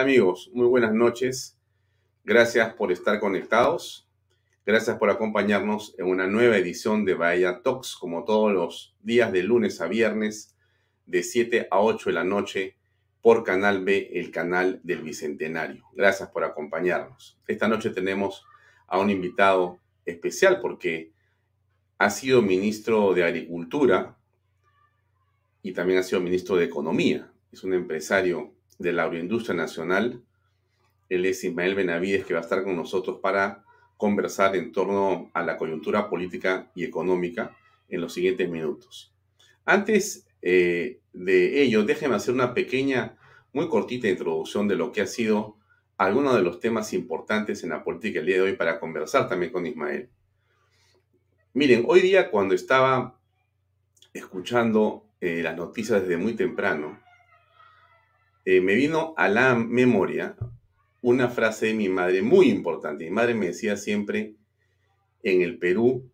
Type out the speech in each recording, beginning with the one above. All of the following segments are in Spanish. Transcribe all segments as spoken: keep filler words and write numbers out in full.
amigos? Muy buenas noches. Gracias por estar conectados. Gracias por acompañarnos en una nueva edición de Bahía Talks, como todos los días de lunes a viernes, de siete a ocho de la noche, por Canal B, el canal del Bicentenario. Gracias por acompañarnos. Esta noche tenemos a un invitado especial porque ha sido ministro de Agricultura y también ha sido ministro de Economía. Es un empresario de la agroindustria nacional. Él es Ismael Benavides, que va a estar con nosotros para conversar en torno a la coyuntura política y económica en los siguientes minutos. Antes eh, de ello, déjenme hacer una pequeña, muy cortita introducción de lo que ha sido algunos de los temas importantes en la política el día de hoy para conversar también con Ismael. Miren, hoy día cuando estaba escuchando eh, las noticias desde muy temprano, eh, me vino a la memoria una frase de mi madre muy importante. Mi madre me decía siempre, en el Perú,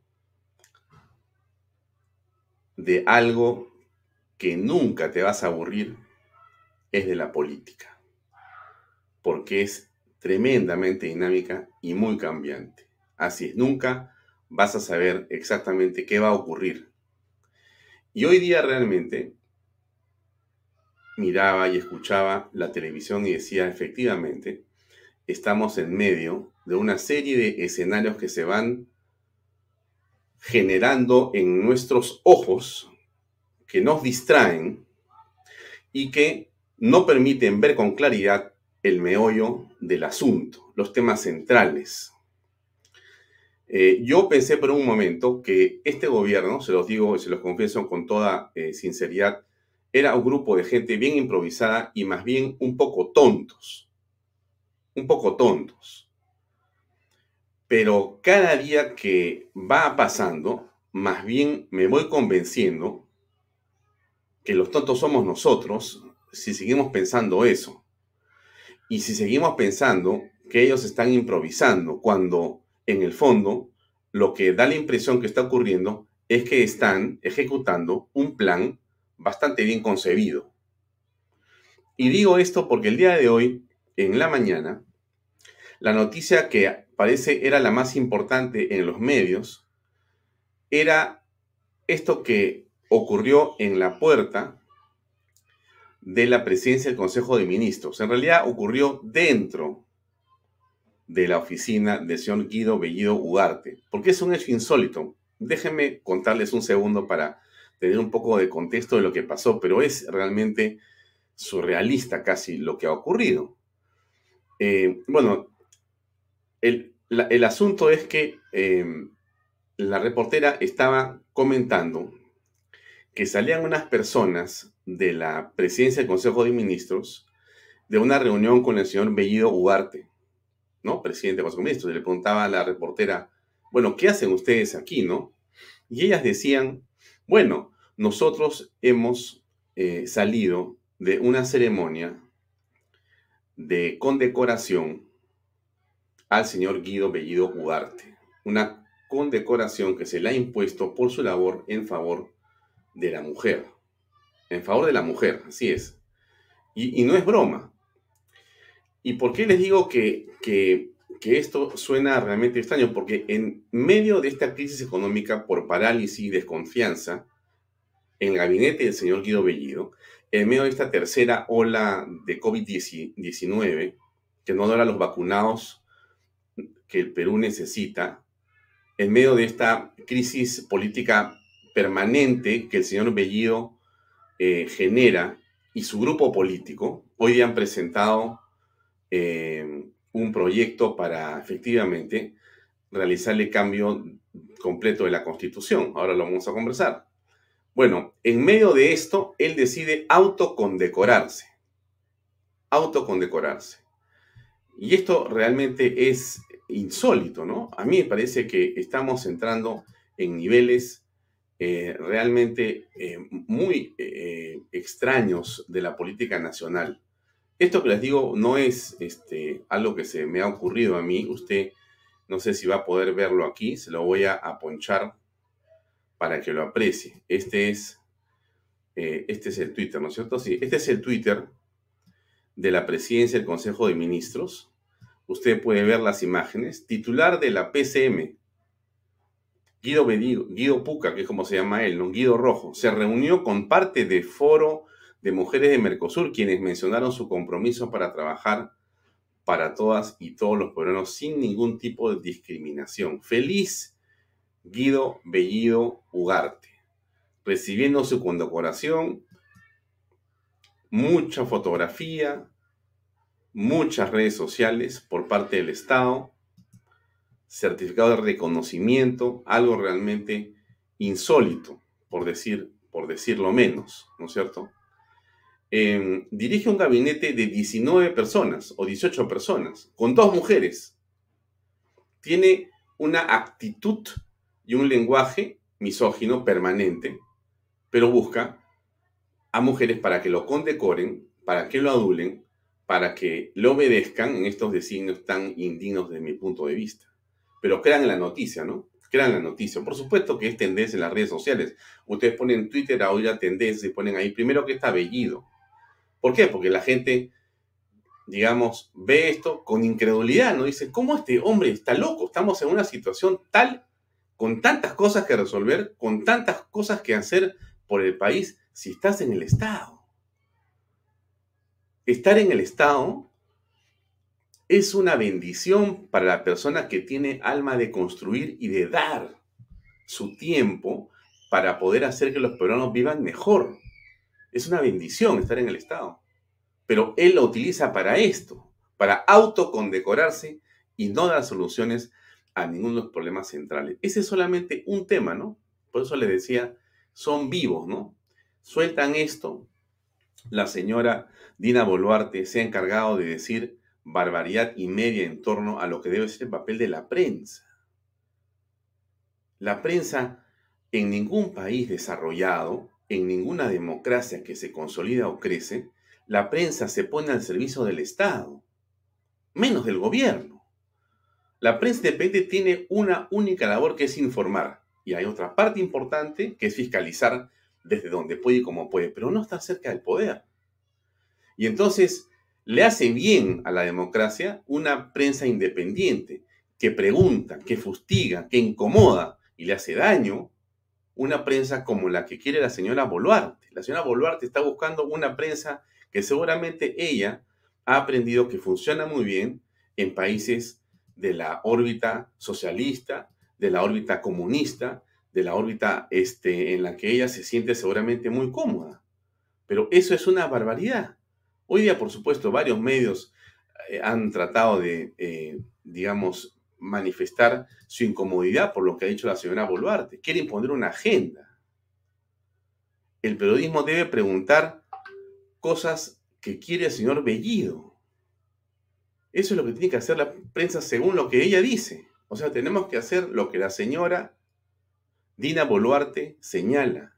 de algo que nunca te vas a aburrir, es de la política, porque es tremendamente dinámica y muy cambiante. Así es, nunca vas a saber exactamente qué va a ocurrir. Y hoy día realmente miraba y escuchaba la televisión y decía, efectivamente, estamos en medio de una serie de escenarios que se van generando en nuestros ojos, que nos distraen y que no permiten ver con claridad el meollo del asunto, los temas centrales. Eh, yo pensé por un momento que este gobierno, se los digo y se los confieso con toda eh, sinceridad, era un grupo de gente bien improvisada y más bien un poco tontos, un poco tontos. Pero cada día que va pasando, más bien me voy convenciendo que los tontos somos nosotros si seguimos pensando eso. Y si seguimos pensando que ellos están improvisando, cuando en el fondo lo que da la impresión que está ocurriendo es que están ejecutando un plan bastante bien concebido. Y digo esto porque el día de hoy, en la mañana, la noticia que parece era la más importante en los medios era esto que ocurrió en la puerta de la presidencia del Consejo de Ministros. En realidad ocurrió dentro de la oficina del señor Guido Bellido Ugarte, porque es un hecho insólito. Déjenme contarles un segundo para tener un poco de contexto de lo que pasó, pero es realmente surrealista casi lo que ha ocurrido. Eh, bueno, el, la, el asunto es que eh, la reportera estaba comentando que salían unas personas de la presidencia del Consejo de Ministros de una reunión con el señor Bellido Ugarte, ¿no? Presidente del Consejo de Ministros. Y le preguntaba a la reportera, bueno, ¿qué hacen ustedes aquí, no? Y ellas decían, bueno, nosotros hemos eh, salido de una ceremonia de condecoración al señor Guido Bellido Ugarte. Una condecoración que se le ha impuesto por su labor en favor de la mujer. En favor de la mujer, así es. Y, y no es broma. ¿Y por qué les digo que, que, que esto suena realmente extraño? Porque en medio de esta crisis económica por parálisis y desconfianza, en el gabinete del señor Guido Bellido, en medio de esta tercera ola de COVID diecinueve, que no logra los vacunados que el Perú necesita, en medio de esta crisis política permanente que el señor Bellido eh, genera y su grupo político, hoy día han presentado eh, un proyecto para efectivamente realizar el cambio completo de la Constitución. Ahora lo vamos a conversar. Bueno, en medio de esto, él decide autocondecorarse. Autocondecorarse. Y esto realmente es insólito, ¿no? A mí me parece que estamos entrando en niveles eh, realmente eh, muy eh, extraños de la política nacional. Esto que les digo no es este, algo que se me ha ocurrido a mí. Usted no sé si va a poder verlo aquí. Se lo voy a, a ponchar para que lo aprecie. Este es, eh, este es el Twitter, ¿no es cierto? Sí, este es el Twitter de la presidencia del Consejo de Ministros. Usted puede ver las imágenes. Titular de la P C M, Guido, Bedigo, Guido Puca, que es como se llama él, ¿no? Guido Rojo, se reunió con parte de Foro de Mujeres de Mercosur, quienes mencionaron su compromiso para trabajar para todas y todos los peruanos sin ningún tipo de discriminación. Feliz Guido Bellido Ugarte, recibiendo su condecoración, mucha fotografía, muchas redes sociales por parte del Estado, certificado de reconocimiento, algo realmente insólito, por decir, por decirlo menos, ¿no es cierto? Eh, dirige un gabinete de diecinueve personas o dieciocho personas, con dos mujeres. Tiene una actitud y un lenguaje misógino permanente, pero busca a mujeres para que lo condecoren, para que lo adulen, para que lo obedezcan en estos designios tan indignos desde mi punto de vista. Pero crean en la noticia, ¿no? Crean la noticia. Por supuesto que es tendencia en las redes sociales. Ustedes ponen en Twitter ahora tendencia y ponen ahí primero que está Bellido. ¿Por qué? Porque la gente, digamos, ve esto con incredulidad, ¿no? Dice, ¿cómo este hombre está loco? Estamos en una situación tal, con tantas cosas que resolver, con tantas cosas que hacer por el país, si estás en el Estado. Estar en el Estado es una bendición para la persona que tiene alma de construir y de dar su tiempo para poder hacer que los peruanos vivan mejor. Es una bendición estar en el Estado. Pero él lo utiliza para esto, para autocondecorarse y no dar soluciones a ninguno de los problemas centrales. Ese es solamente un tema, ¿no? Por eso les decía, son vivos, ¿no? Sueltan esto. La señora Dina Boluarte se ha encargado de decir barbaridad y media en torno a lo que debe ser el papel de la prensa. La prensa en ningún país desarrollado, en ninguna democracia que se consolida o crece, la prensa se pone al servicio del Estado, menos del gobierno. La prensa independiente tiene una única labor que es informar. Y hay otra parte importante que es fiscalizar desde donde puede y como puede, pero no está cerca del poder. Y entonces le hace bien a la democracia una prensa independiente que pregunta, que fustiga, que incomoda y le hace daño una prensa como la que quiere la señora Boluarte. La señora Boluarte está buscando una prensa que seguramente ella ha aprendido que funciona muy bien en países de la órbita socialista, de la órbita comunista, de la órbita este, en la que ella se siente seguramente muy cómoda. Pero eso es una barbaridad. Hoy día, por supuesto, varios medios eh, han tratado de, eh, digamos, manifestar su incomodidad por lo que ha dicho la señora Boluarte. Quiere imponer una agenda. El periodismo debe preguntar cosas que quiere el señor Bellido. Eso es lo que tiene que hacer la prensa según lo que ella dice. O sea, tenemos que hacer lo que la señora Dina Boluarte señala.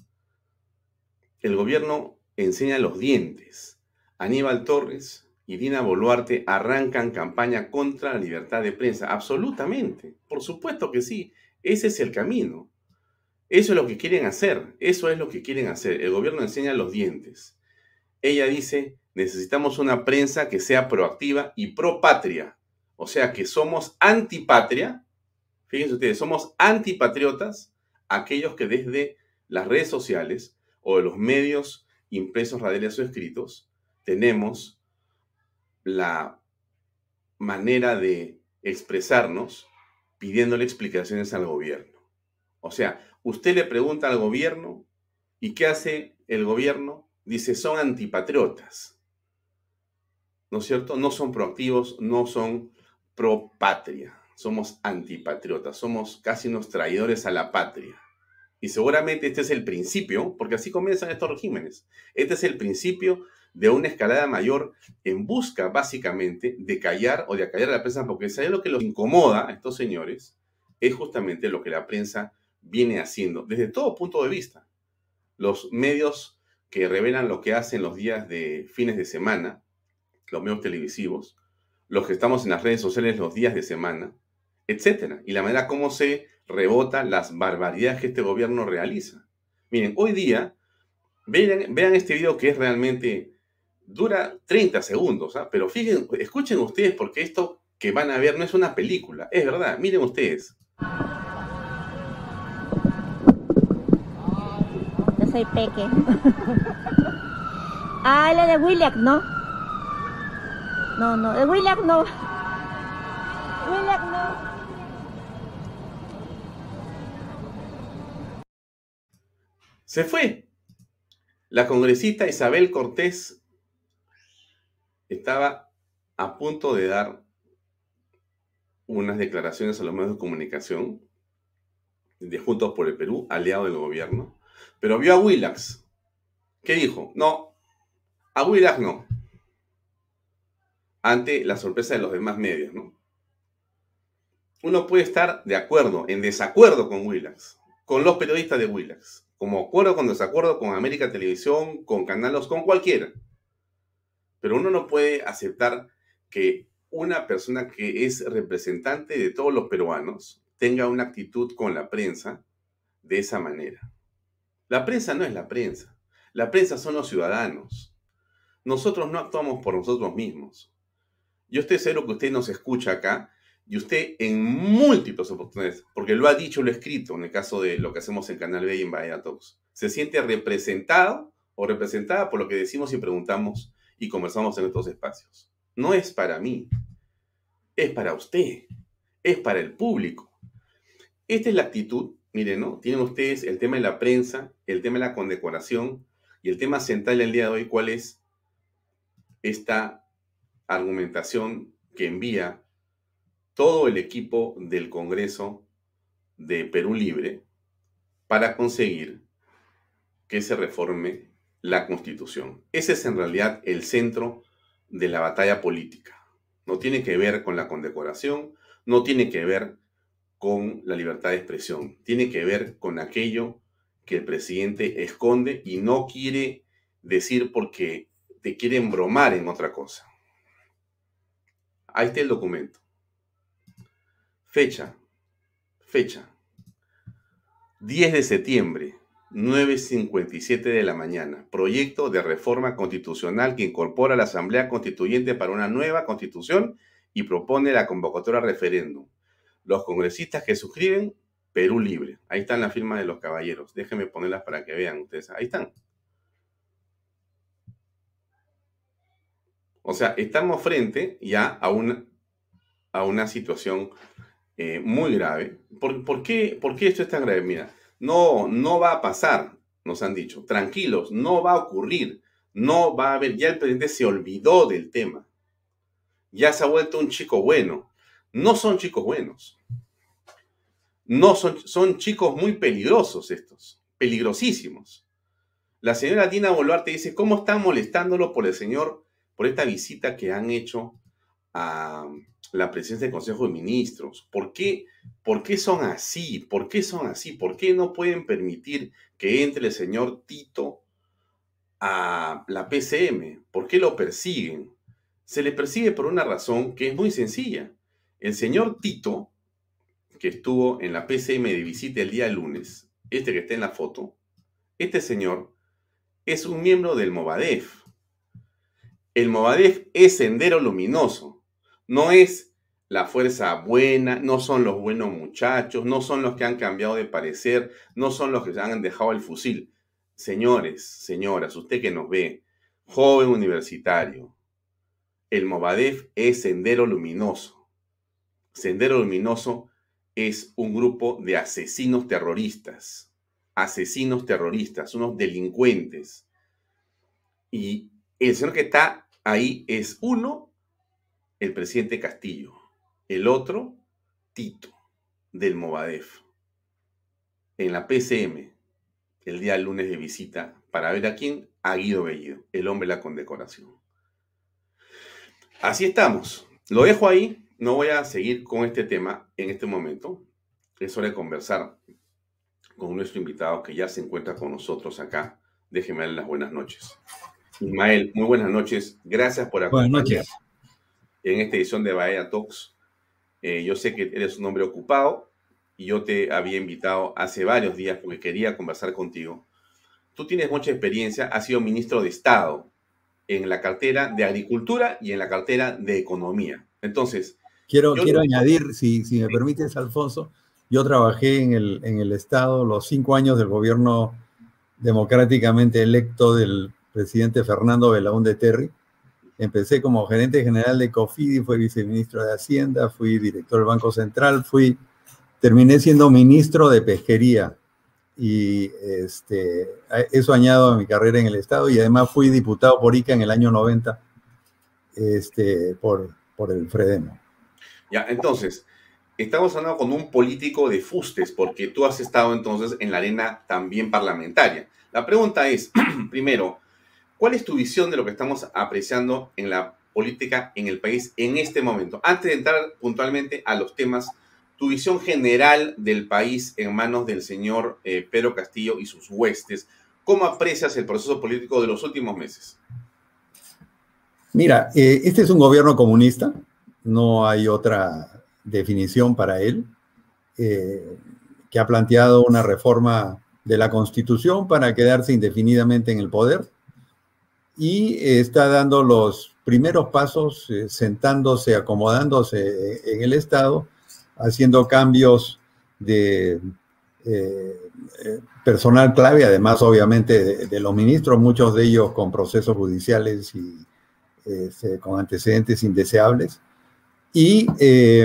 El gobierno enseña los dientes. Aníbal Torres y Dina Boluarte arrancan campaña contra la libertad de prensa. Absolutamente. Por supuesto que sí. Ese es el camino. Eso es lo que quieren hacer. Eso es lo que quieren hacer. El gobierno enseña los dientes. Ella dice, necesitamos una prensa que sea proactiva y pro patria. O sea que somos antipatria. Fíjense ustedes, somos antipatriotas aquellos que desde las redes sociales o de los medios impresos, radiales o escritos, tenemos la manera de expresarnos pidiéndole explicaciones al gobierno. O sea, usted le pregunta al gobierno y ¿qué hace el gobierno? Dice, son antipatriotas. ¿No es cierto? No son proactivos, no son pro patria. Somos antipatriotas, somos casi unos traidores a la patria. Y seguramente este es el principio, porque así comienzan estos regímenes. Este es el principio de una escalada mayor en busca, básicamente, de callar o de acallar a la prensa, porque ¿sabe lo que los incomoda a estos señores? Es justamente lo que la prensa viene haciendo, desde todo punto de vista. Los medios que revelan lo que hacen los días de fines de semana, los medios televisivos, los que estamos en las redes sociales los días de semana, etcétera. Y la manera como se rebota las barbaridades que este gobierno realiza. Miren, hoy día, vean, vean este video que es realmente Dura treinta segundos, ¿ah? Pero fíjense, escuchen ustedes porque esto que van a ver no es una película, es verdad, miren ustedes. Yo soy Peque. Ah, la de Willax, ¿no? No, no, de Willax no. Willax no. Se fue. La congresista Isabel Cortés estaba a punto de dar unas declaraciones a los medios de comunicación de Juntos por el Perú, aliado del gobierno, pero vio a Willax. ¿Qué dijo? No, a Willax no. Ante la sorpresa de los demás medios, ¿no? Uno puede estar de acuerdo, en desacuerdo con Willax, con los periodistas de Willax, como acuerdo con desacuerdo con América Televisión, con Canalos, con cualquiera. Pero uno no puede aceptar que una persona que es representante de todos los peruanos tenga una actitud con la prensa de esa manera. La prensa no es la prensa. La prensa son los ciudadanos. Nosotros no actuamos por nosotros mismos. Yo estoy seguro que usted nos escucha acá y usted en múltiples oportunidades, porque lo ha dicho, lo ha escrito en el caso de lo que hacemos en Canal B y en Bahía Talks, se siente representado o representada por lo que decimos y preguntamos y conversamos en estos espacios. No es para mí, es para usted, es para el público. Esta es la actitud, miren, ¿no? Tienen ustedes el tema de la prensa, el tema de la condecoración y el tema central del día de hoy, ¿cuál es esta argumentación que envía todo el equipo del Congreso de Perú Libre para conseguir que se reforme la Constitución? Ese es en realidad el centro de la batalla política. No tiene que ver con la condecoración, no tiene que ver con la libertad de expresión, tiene que ver con aquello que el presidente esconde y no quiere decir porque te quiere embromar en otra cosa. Ahí está el documento. Fecha, fecha, diez de septiembre, nueve cincuenta y siete de la mañana. Proyecto de reforma constitucional que incorpora a la Asamblea Constituyente para una nueva constitución y propone la convocatoria a referéndum. Los congresistas que suscriben, Perú Libre. Ahí están las firmas de los caballeros. Déjenme ponerlas para que vean ustedes. Ahí están. O sea, estamos frente ya a una, a una situación eh, muy grave. ¿Por, por, qué, ¿Por qué esto es tan grave? Mira, no, no va a pasar, nos han dicho. Tranquilos, no va a ocurrir. No va a haber, ya el presidente se olvidó del tema. Ya se ha vuelto un chico bueno. No son chicos buenos. No son, son chicos muy peligrosos estos, peligrosísimos. La señora Dina Boluarte dice, ¿cómo están molestándolo por el señor, por esta visita que han hecho a la presidencia del Consejo de Ministros? ¿Por qué, ¿Por qué son así? ¿Por qué son así? ¿Por qué no pueden permitir que entre el señor Tito a la P C M? ¿Por qué lo persiguen? Se le persigue por una razón que es muy sencilla. El señor Tito, que estuvo en la P C M de visita el día lunes, este que está en la foto, este señor es un miembro del Movadef. El Movadef es Sendero Luminoso, no es la fuerza buena, no son los buenos muchachos, no son los que han cambiado de parecer, no son los que han dejado el fusil. Señores, señoras, usted que nos ve, joven universitario, el Movadef es Sendero Luminoso. Sendero Luminoso es un grupo de asesinos terroristas, asesinos terroristas, unos delincuentes. Y el señor que está ahí es uno, el presidente Castillo, el otro, Tito, del Movadef, en la P C M, el día lunes de visita, para ver a quién, a Guido Bellido, el hombre de la condecoración. Así estamos. Lo dejo ahí. No voy a seguir con este tema en este momento. Es hora de conversar con nuestro invitado que ya se encuentra con nosotros acá. Déjeme darle las buenas noches. Ismael, muy buenas noches. Gracias por acompañarnos buenas noches. En esta edición de Bahía Talks. Eh, yo sé que eres un hombre ocupado y yo te había invitado hace varios días porque quería conversar contigo. Tú tienes mucha experiencia, has sido ministro de Estado en la cartera de Agricultura y en la cartera de Economía. Entonces, quiero, yo quiero lo... añadir, si, si me permites, Alfonso, yo trabajé en el, en el Estado los cinco años del gobierno democráticamente electo del presidente Fernando Belaúnde Terry. Empecé como gerente general de Cofidi, fui viceministro de Hacienda, fui director del Banco Central, fui, terminé siendo ministro de Pesquería. Y este, eso añado a mi carrera en el Estado, y además fui diputado por Ica en el año noventa este, por, por el Fredemo. Ya, entonces, estamos hablando con un político de fustes, porque tú has estado entonces en la arena también parlamentaria. La pregunta es, primero, ¿cuál es tu visión de lo que estamos apreciando en la política en el país en este momento? Antes de entrar puntualmente a los temas, tu visión general del país en manos del señor eh, Pedro Castillo y sus huestes, ¿cómo aprecias el proceso político de los últimos meses? Mira, eh, este es un gobierno comunista, no hay otra definición para él, eh, que ha planteado una reforma de la Constitución para quedarse indefinidamente en el poder, y eh, está dando los primeros pasos, eh, sentándose, acomodándose en el Estado, haciendo cambios de eh, personal clave, además obviamente de, de los ministros, muchos de ellos con procesos judiciales y eh, con antecedentes indeseables, y eh,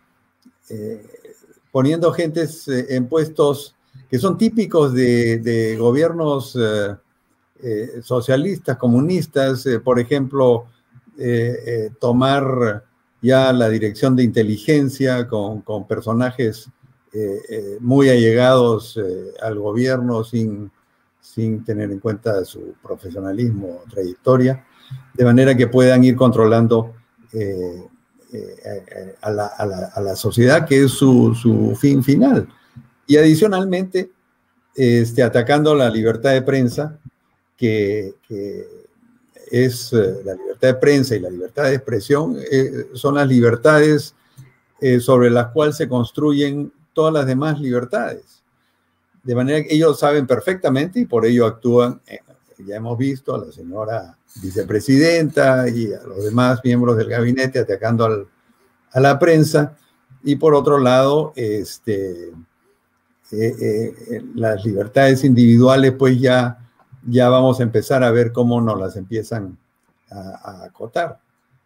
eh, poniendo gentes eh, en puestos que son típicos de, de gobiernos eh, eh, socialistas, comunistas, eh, por ejemplo, eh, eh, tomar ya la dirección de inteligencia con, con personajes eh, eh, muy allegados eh, al gobierno sin, sin tener en cuenta su profesionalismo o trayectoria, de manera que puedan ir controlando eh, eh, a, la, a, la, a la sociedad, que es su, su fin final. Y adicionalmente, este, atacando la libertad de prensa, que, que es eh, la libertad de prensa y la libertad de expresión, eh, son las libertades eh, sobre las cuales se construyen todas las demás libertades. De manera que ellos saben perfectamente y por ello actúan, eh, ya hemos visto a la señora vicepresidenta y a los demás miembros del gabinete atacando al, a la prensa, y por otro lado, este, eh, eh, las libertades individuales, pues ya ya vamos a empezar a ver cómo nos las empiezan a, a acotar.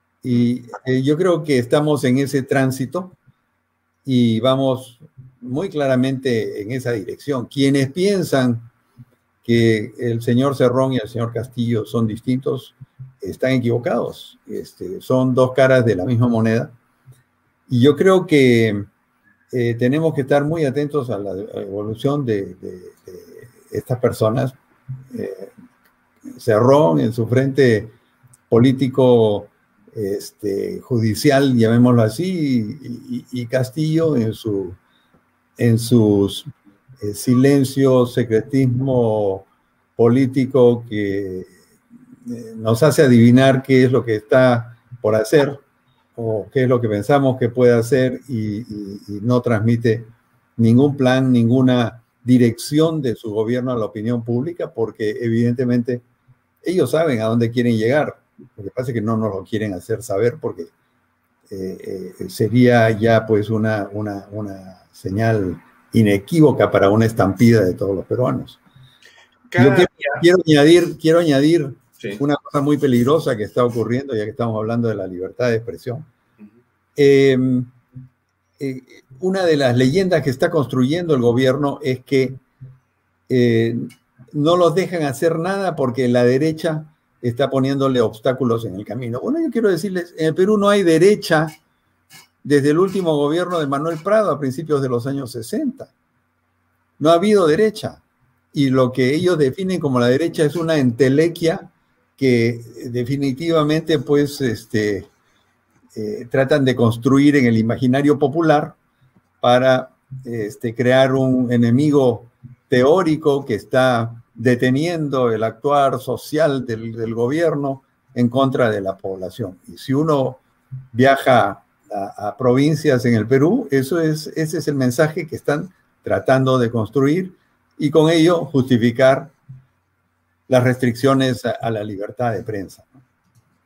Y eh, yo creo que estamos en ese tránsito y vamos muy claramente en esa dirección. Quienes piensan que el señor Cerrón y el señor Castillo son distintos, están equivocados. Este, son dos caras de la misma moneda. Y yo creo que eh, tenemos que estar muy atentos a la evolución de, de, de estas personas. Eh, Cerrón en su frente político este, judicial, llamémoslo así, y, y, y Castillo en su en sus eh, silencio, secretismo político que eh, nos hace adivinar qué es lo que está por hacer o qué es lo que pensamos que puede hacer, y, y, y no transmite ningún plan, ninguna dirección de su gobierno a la opinión pública, porque evidentemente ellos saben a dónde quieren llegar. Lo que pasa es que no nos lo quieren hacer saber, porque eh, eh, sería ya pues una, una, una señal inequívoca para una estampida de todos los peruanos. Cada Yo quiero, quiero añadir, quiero añadir sí. una cosa muy peligrosa que está ocurriendo, ya que estamos hablando de la libertad de expresión. Uh-huh. eh, eh, una de las leyendas que está construyendo el gobierno es que eh, no los dejan hacer nada porque la derecha está poniéndole obstáculos en el camino. Bueno, yo quiero decirles, en el Perú no hay derecha desde el último gobierno de Manuel Prado a principios de los años sesenta. No ha habido derecha. Y lo que ellos definen como la derecha es una entelequia que definitivamente pues este, eh, tratan de construir en el imaginario popular para este, crear un enemigo teórico que está deteniendo el actuar social del, del gobierno en contra de la población. Y si uno viaja a, a provincias en el Perú, eso es, ese es el mensaje que están tratando de construir, y con ello justificar las restricciones a, a la libertad de prensa, ¿no?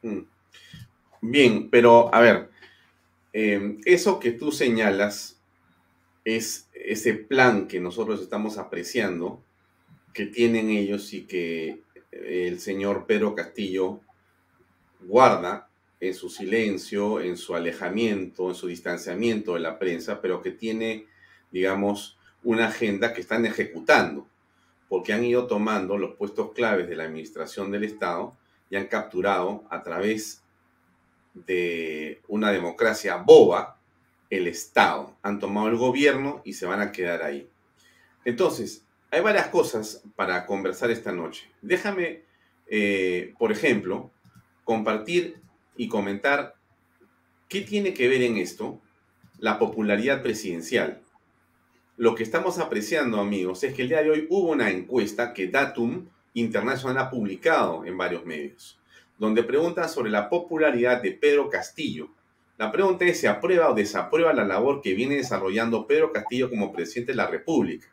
Mm. Bien, pero a ver, eh, eso que tú señalas es ese plan que nosotros estamos apreciando, que tienen ellos y que el señor Pedro Castillo guarda en su silencio, en su alejamiento, en su distanciamiento de la prensa, pero que tiene, digamos, una agenda que están ejecutando, porque han ido tomando los puestos claves de la administración del Estado y han capturado a través de una democracia boba el Estado. Han tomado el gobierno y se van a quedar ahí. Entonces, hay varias cosas para conversar esta noche. Déjame, eh, por ejemplo, compartir y comentar qué tiene que ver en esto la popularidad presidencial. Lo que estamos apreciando, amigos, es que el día de hoy hubo una encuesta que Datum International ha publicado en varios medios, donde preguntan sobre la popularidad de Pedro Castillo. La pregunta es si aprueba o desaprueba la labor que viene desarrollando Pedro Castillo como presidente de la República.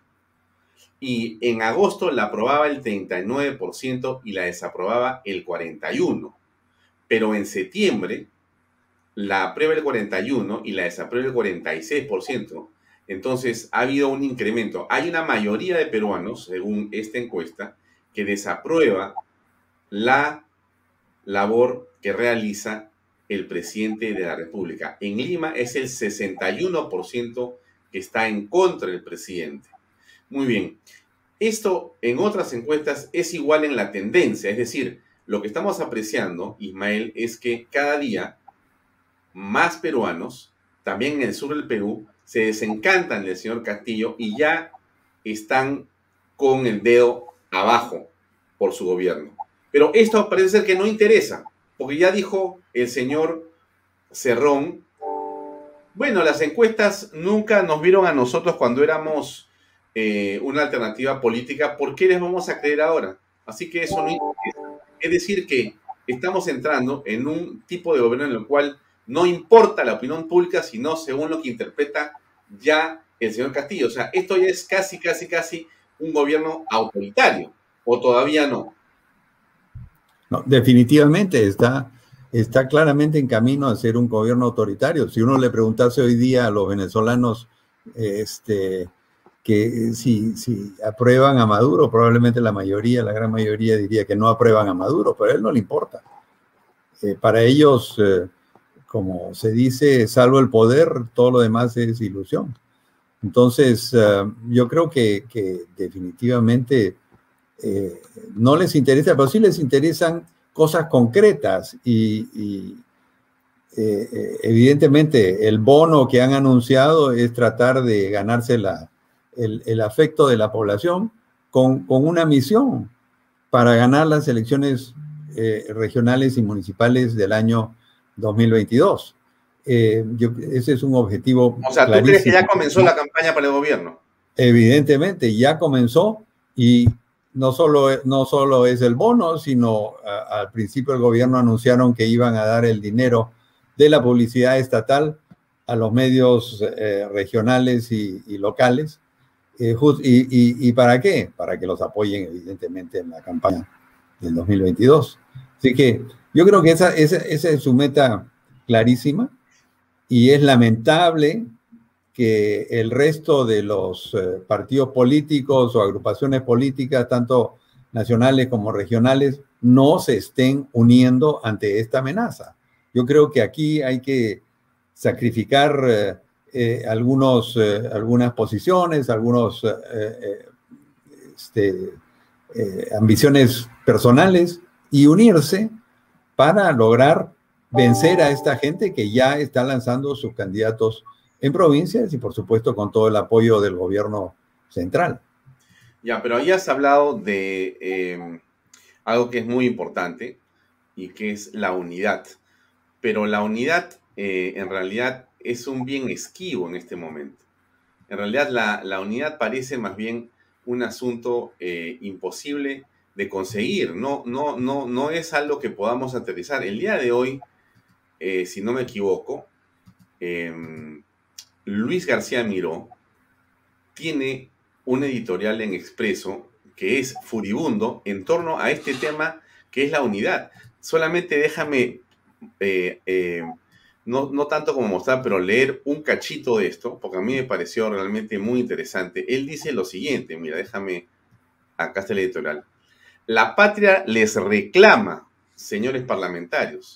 Y en agosto la aprobaba el treinta y nueve por ciento y la desaprobaba el cuarenta y uno por ciento. Pero en septiembre la aprueba el cuarenta y uno por ciento y la desaprueba el cuarenta y seis por ciento. Entonces ha habido un incremento. Hay una mayoría de peruanos, según esta encuesta, que desaprueba la labor que realiza el presidente de la República. En Lima es el sesenta y uno por ciento que está en contra del presidente. Muy bien. Esto en otras encuestas es igual en la tendencia, es decir, lo que estamos apreciando, Ismael, es que cada día más peruanos, también en el sur del Perú, se desencantan del señor Castillo y ya están con el dedo abajo por su gobierno. Pero esto parece ser que no interesa, porque ya dijo el señor Cerrón, bueno, las encuestas nunca nos vieron a nosotros cuando éramos eh, una alternativa política, ¿por qué les vamos a creer ahora? Así que eso no interesa. Es decir que estamos entrando en un tipo de gobierno en el cual no importa la opinión pública, sino según lo que interpreta ya el señor Castillo. O sea, esto ya es casi, casi, casi un gobierno autoritario, ¿o todavía no? No, definitivamente está, está claramente en camino a ser un gobierno autoritario. Si uno le preguntase hoy día a los venezolanos este, que si, si aprueban a Maduro, probablemente la mayoría, la gran mayoría diría que no aprueban a Maduro, pero a él no le importa. Eh, para ellos, eh, como se dice, salvo el poder, todo lo demás es ilusión. Entonces, uh, yo creo que, que definitivamente eh, no les interesa, pero sí les interesan cosas concretas y, y eh, eh, evidentemente el bono que han anunciado es tratar de ganarse la, el, el afecto de la población con, con una misión para ganar las elecciones eh, regionales y municipales del año dos mil veintidós. Eh, yo, ese es un objetivo. O sea, ¿tú clarísimo. crees que ya comenzó la campaña para el gobierno? Evidentemente, ya comenzó y no solo, no solo es el bono, sino a, al principio del gobierno anunciaron que iban a dar el dinero de la publicidad estatal a los medios eh, regionales y, y locales. Eh, just, y, y, ¿Y para qué? Para que los apoyen, evidentemente, en la campaña del dos mil veintidós. Así que yo creo que esa, esa, esa es su meta clarísima. Y es lamentable que el resto de los eh, partidos políticos o agrupaciones políticas, tanto nacionales como regionales, no se estén uniendo ante esta amenaza. Yo creo que aquí hay que sacrificar eh, eh, algunos, eh, algunas posiciones, algunas eh, eh, este, eh, ambiciones personales y unirse para lograr vencer a esta gente que ya está lanzando sus candidatos en provincias y, por supuesto, con todo el apoyo del gobierno central. Ya, pero ahí has hablado de eh, algo que es muy importante y que es la unidad. Pero la unidad, eh, en realidad, es un bien esquivo en este momento. En realidad, la, la unidad parece más bien un asunto eh, imposible de conseguir. No, no, no, no es algo que podamos aterrizar. El día de hoy, Eh, si no me equivoco, eh, Luis García Miró tiene un editorial en Expreso que es furibundo en torno a este tema que es la unidad. solamente déjame, eh, eh, no, no tanto como mostrar, pero leer un cachito de esto, porque a mí me pareció realmente muy interesante. Él dice lo siguiente, mira, déjame, acá está el editorial. La patria les reclama, señores parlamentarios.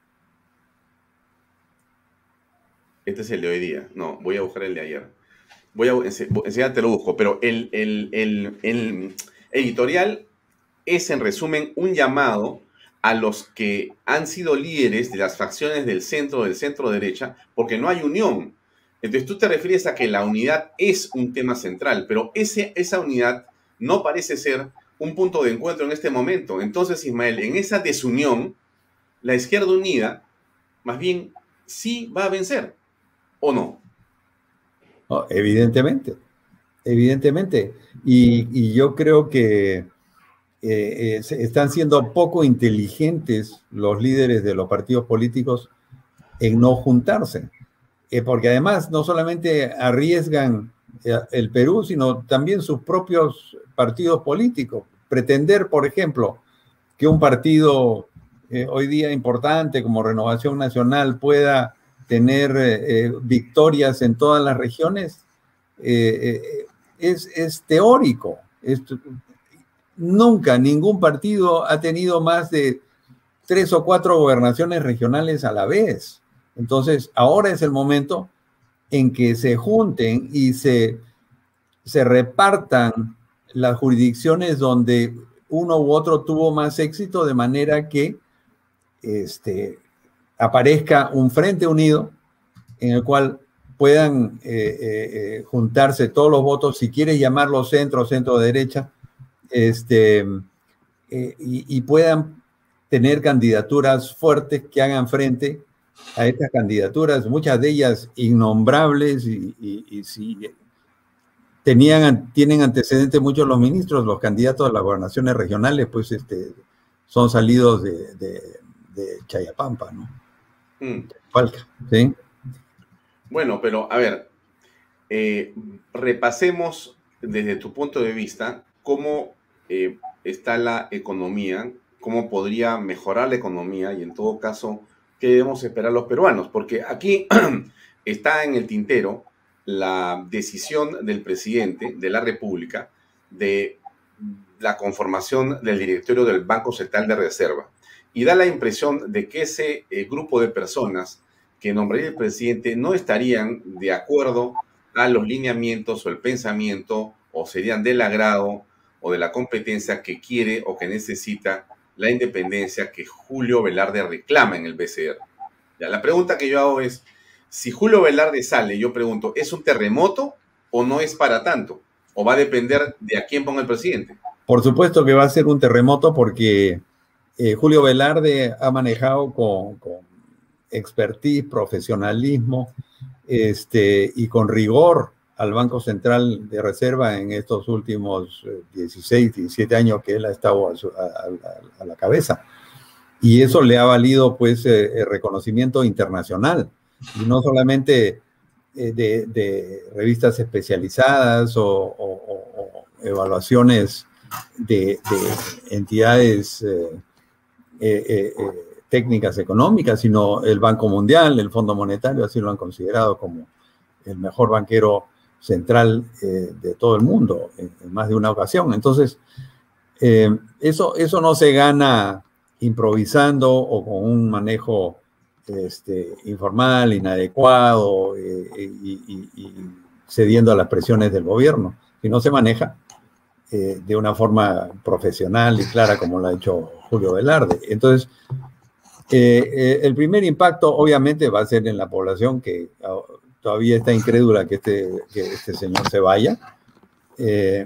Este es el de hoy día. No, voy a buscar el de ayer. Voy a enseguida te lo busco, pero el, el, el, el editorial es en resumen un llamado a los que han sido líderes de las facciones del centro, del centro derecha, porque no hay unión. Entonces tú te refieres a que la unidad es un tema central, pero ese, esa unidad no parece ser un punto de encuentro en este momento. Entonces, Ismael, en esa desunión, la izquierda unida, más bien, sí va a vencer, ¿o no? Oh, evidentemente, evidentemente. Y, y yo creo que eh, eh, están siendo poco inteligentes los líderes de los partidos políticos en no juntarse. Eh, porque además no solamente arriesgan eh, el Perú, sino también sus propios partidos políticos. Pretender, por ejemplo, que un partido eh, hoy día importante como Renovación Nacional pueda tener eh, eh, victorias en todas las regiones, eh, eh, es, es teórico. Es, nunca ningún partido ha tenido más de tres o cuatro gobernaciones regionales a la vez. Entonces, ahora es el momento en que se junten y se, se repartan las jurisdicciones donde uno u otro tuvo más éxito, de manera que este, aparezca un frente unido en el cual puedan eh, eh, juntarse todos los votos, si quieres llamarlo centro, centro derecha, este, eh, y, y puedan tener candidaturas fuertes que hagan frente a estas candidaturas, muchas de ellas innombrables, y, y, y si tenían, tienen antecedentes muchos los ministros, los candidatos a las gobernaciones regionales, pues este, son salidos de, de, de Chayapampa, ¿no? Mm. Falca, ¿sí? Bueno, pero a ver, eh, repasemos desde tu punto de vista cómo eh, está la economía, cómo podría mejorar la economía y en todo caso, ¿qué debemos esperar los peruanos? Porque aquí está en el tintero la decisión del presidente de la República de la conformación del directorio del Banco Central de Reserva. Y da la impresión de que ese eh, grupo de personas que nombraría el presidente no estarían de acuerdo a los lineamientos o el pensamiento, o serían del agrado o de la competencia que quiere o que necesita la independencia que Julio Velarde reclama en el B C R. Ya, la pregunta que yo hago es, si Julio Velarde sale, yo pregunto, ¿es un terremoto o no es para tanto? ¿O va a depender de a quién ponga el presidente? Por supuesto que va a ser un terremoto porque eh, Julio Velarde ha manejado con, con expertise, profesionalismo este, y con rigor al Banco Central de Reserva en estos últimos dieciséis, diecisiete años que él ha estado a, su, a, a, a la cabeza. Y eso le ha valido pues eh, reconocimiento internacional, y no solamente eh, de, de revistas especializadas o, o, o evaluaciones de, de entidades eh, eh, eh, técnicas económicas, sino el Banco Mundial, el Fondo Monetario, así lo han considerado como el mejor banquero central eh, de todo el mundo en, en más de una ocasión. Entonces, eh, eso, eso no se gana improvisando o con un manejo este, informal, inadecuado eh, y, y, y cediendo a las presiones del gobierno, sino se maneja eh, de una forma profesional y clara como lo ha hecho Julio Velarde. Entonces, eh, eh, el primer impacto obviamente va a ser en la población que uh, todavía está incrédula que este, que este señor se vaya. Eh,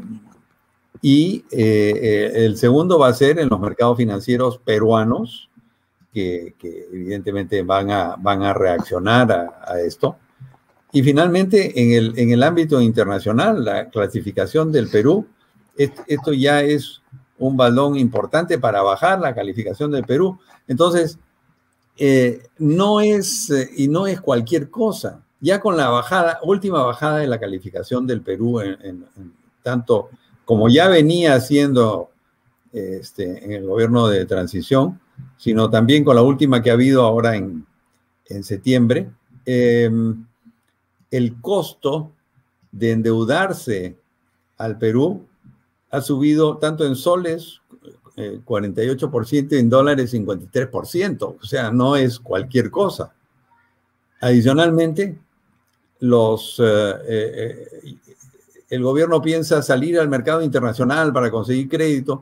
y eh, el segundo va a ser en los mercados financieros peruanos, que, que evidentemente van a, van a reaccionar a, a esto. Y finalmente, en el, en el ámbito internacional, la clasificación del Perú, esto, esto ya es un balón importante para bajar la calificación del Perú. Entonces, eh, no es, eh, y no es cualquier cosa. Ya con la bajada, última bajada de la calificación del Perú, en, en, en tanto como ya venía siendo este, en el gobierno de transición, sino también con la última que ha habido ahora en, en septiembre. Eh, el costo de endeudarse al Perú ha subido tanto en soles, eh, cuarenta y ocho por ciento, y en dólares, cincuenta y tres por ciento. O sea, no es cualquier cosa. Adicionalmente, los, eh, eh, el gobierno piensa salir al mercado internacional para conseguir crédito,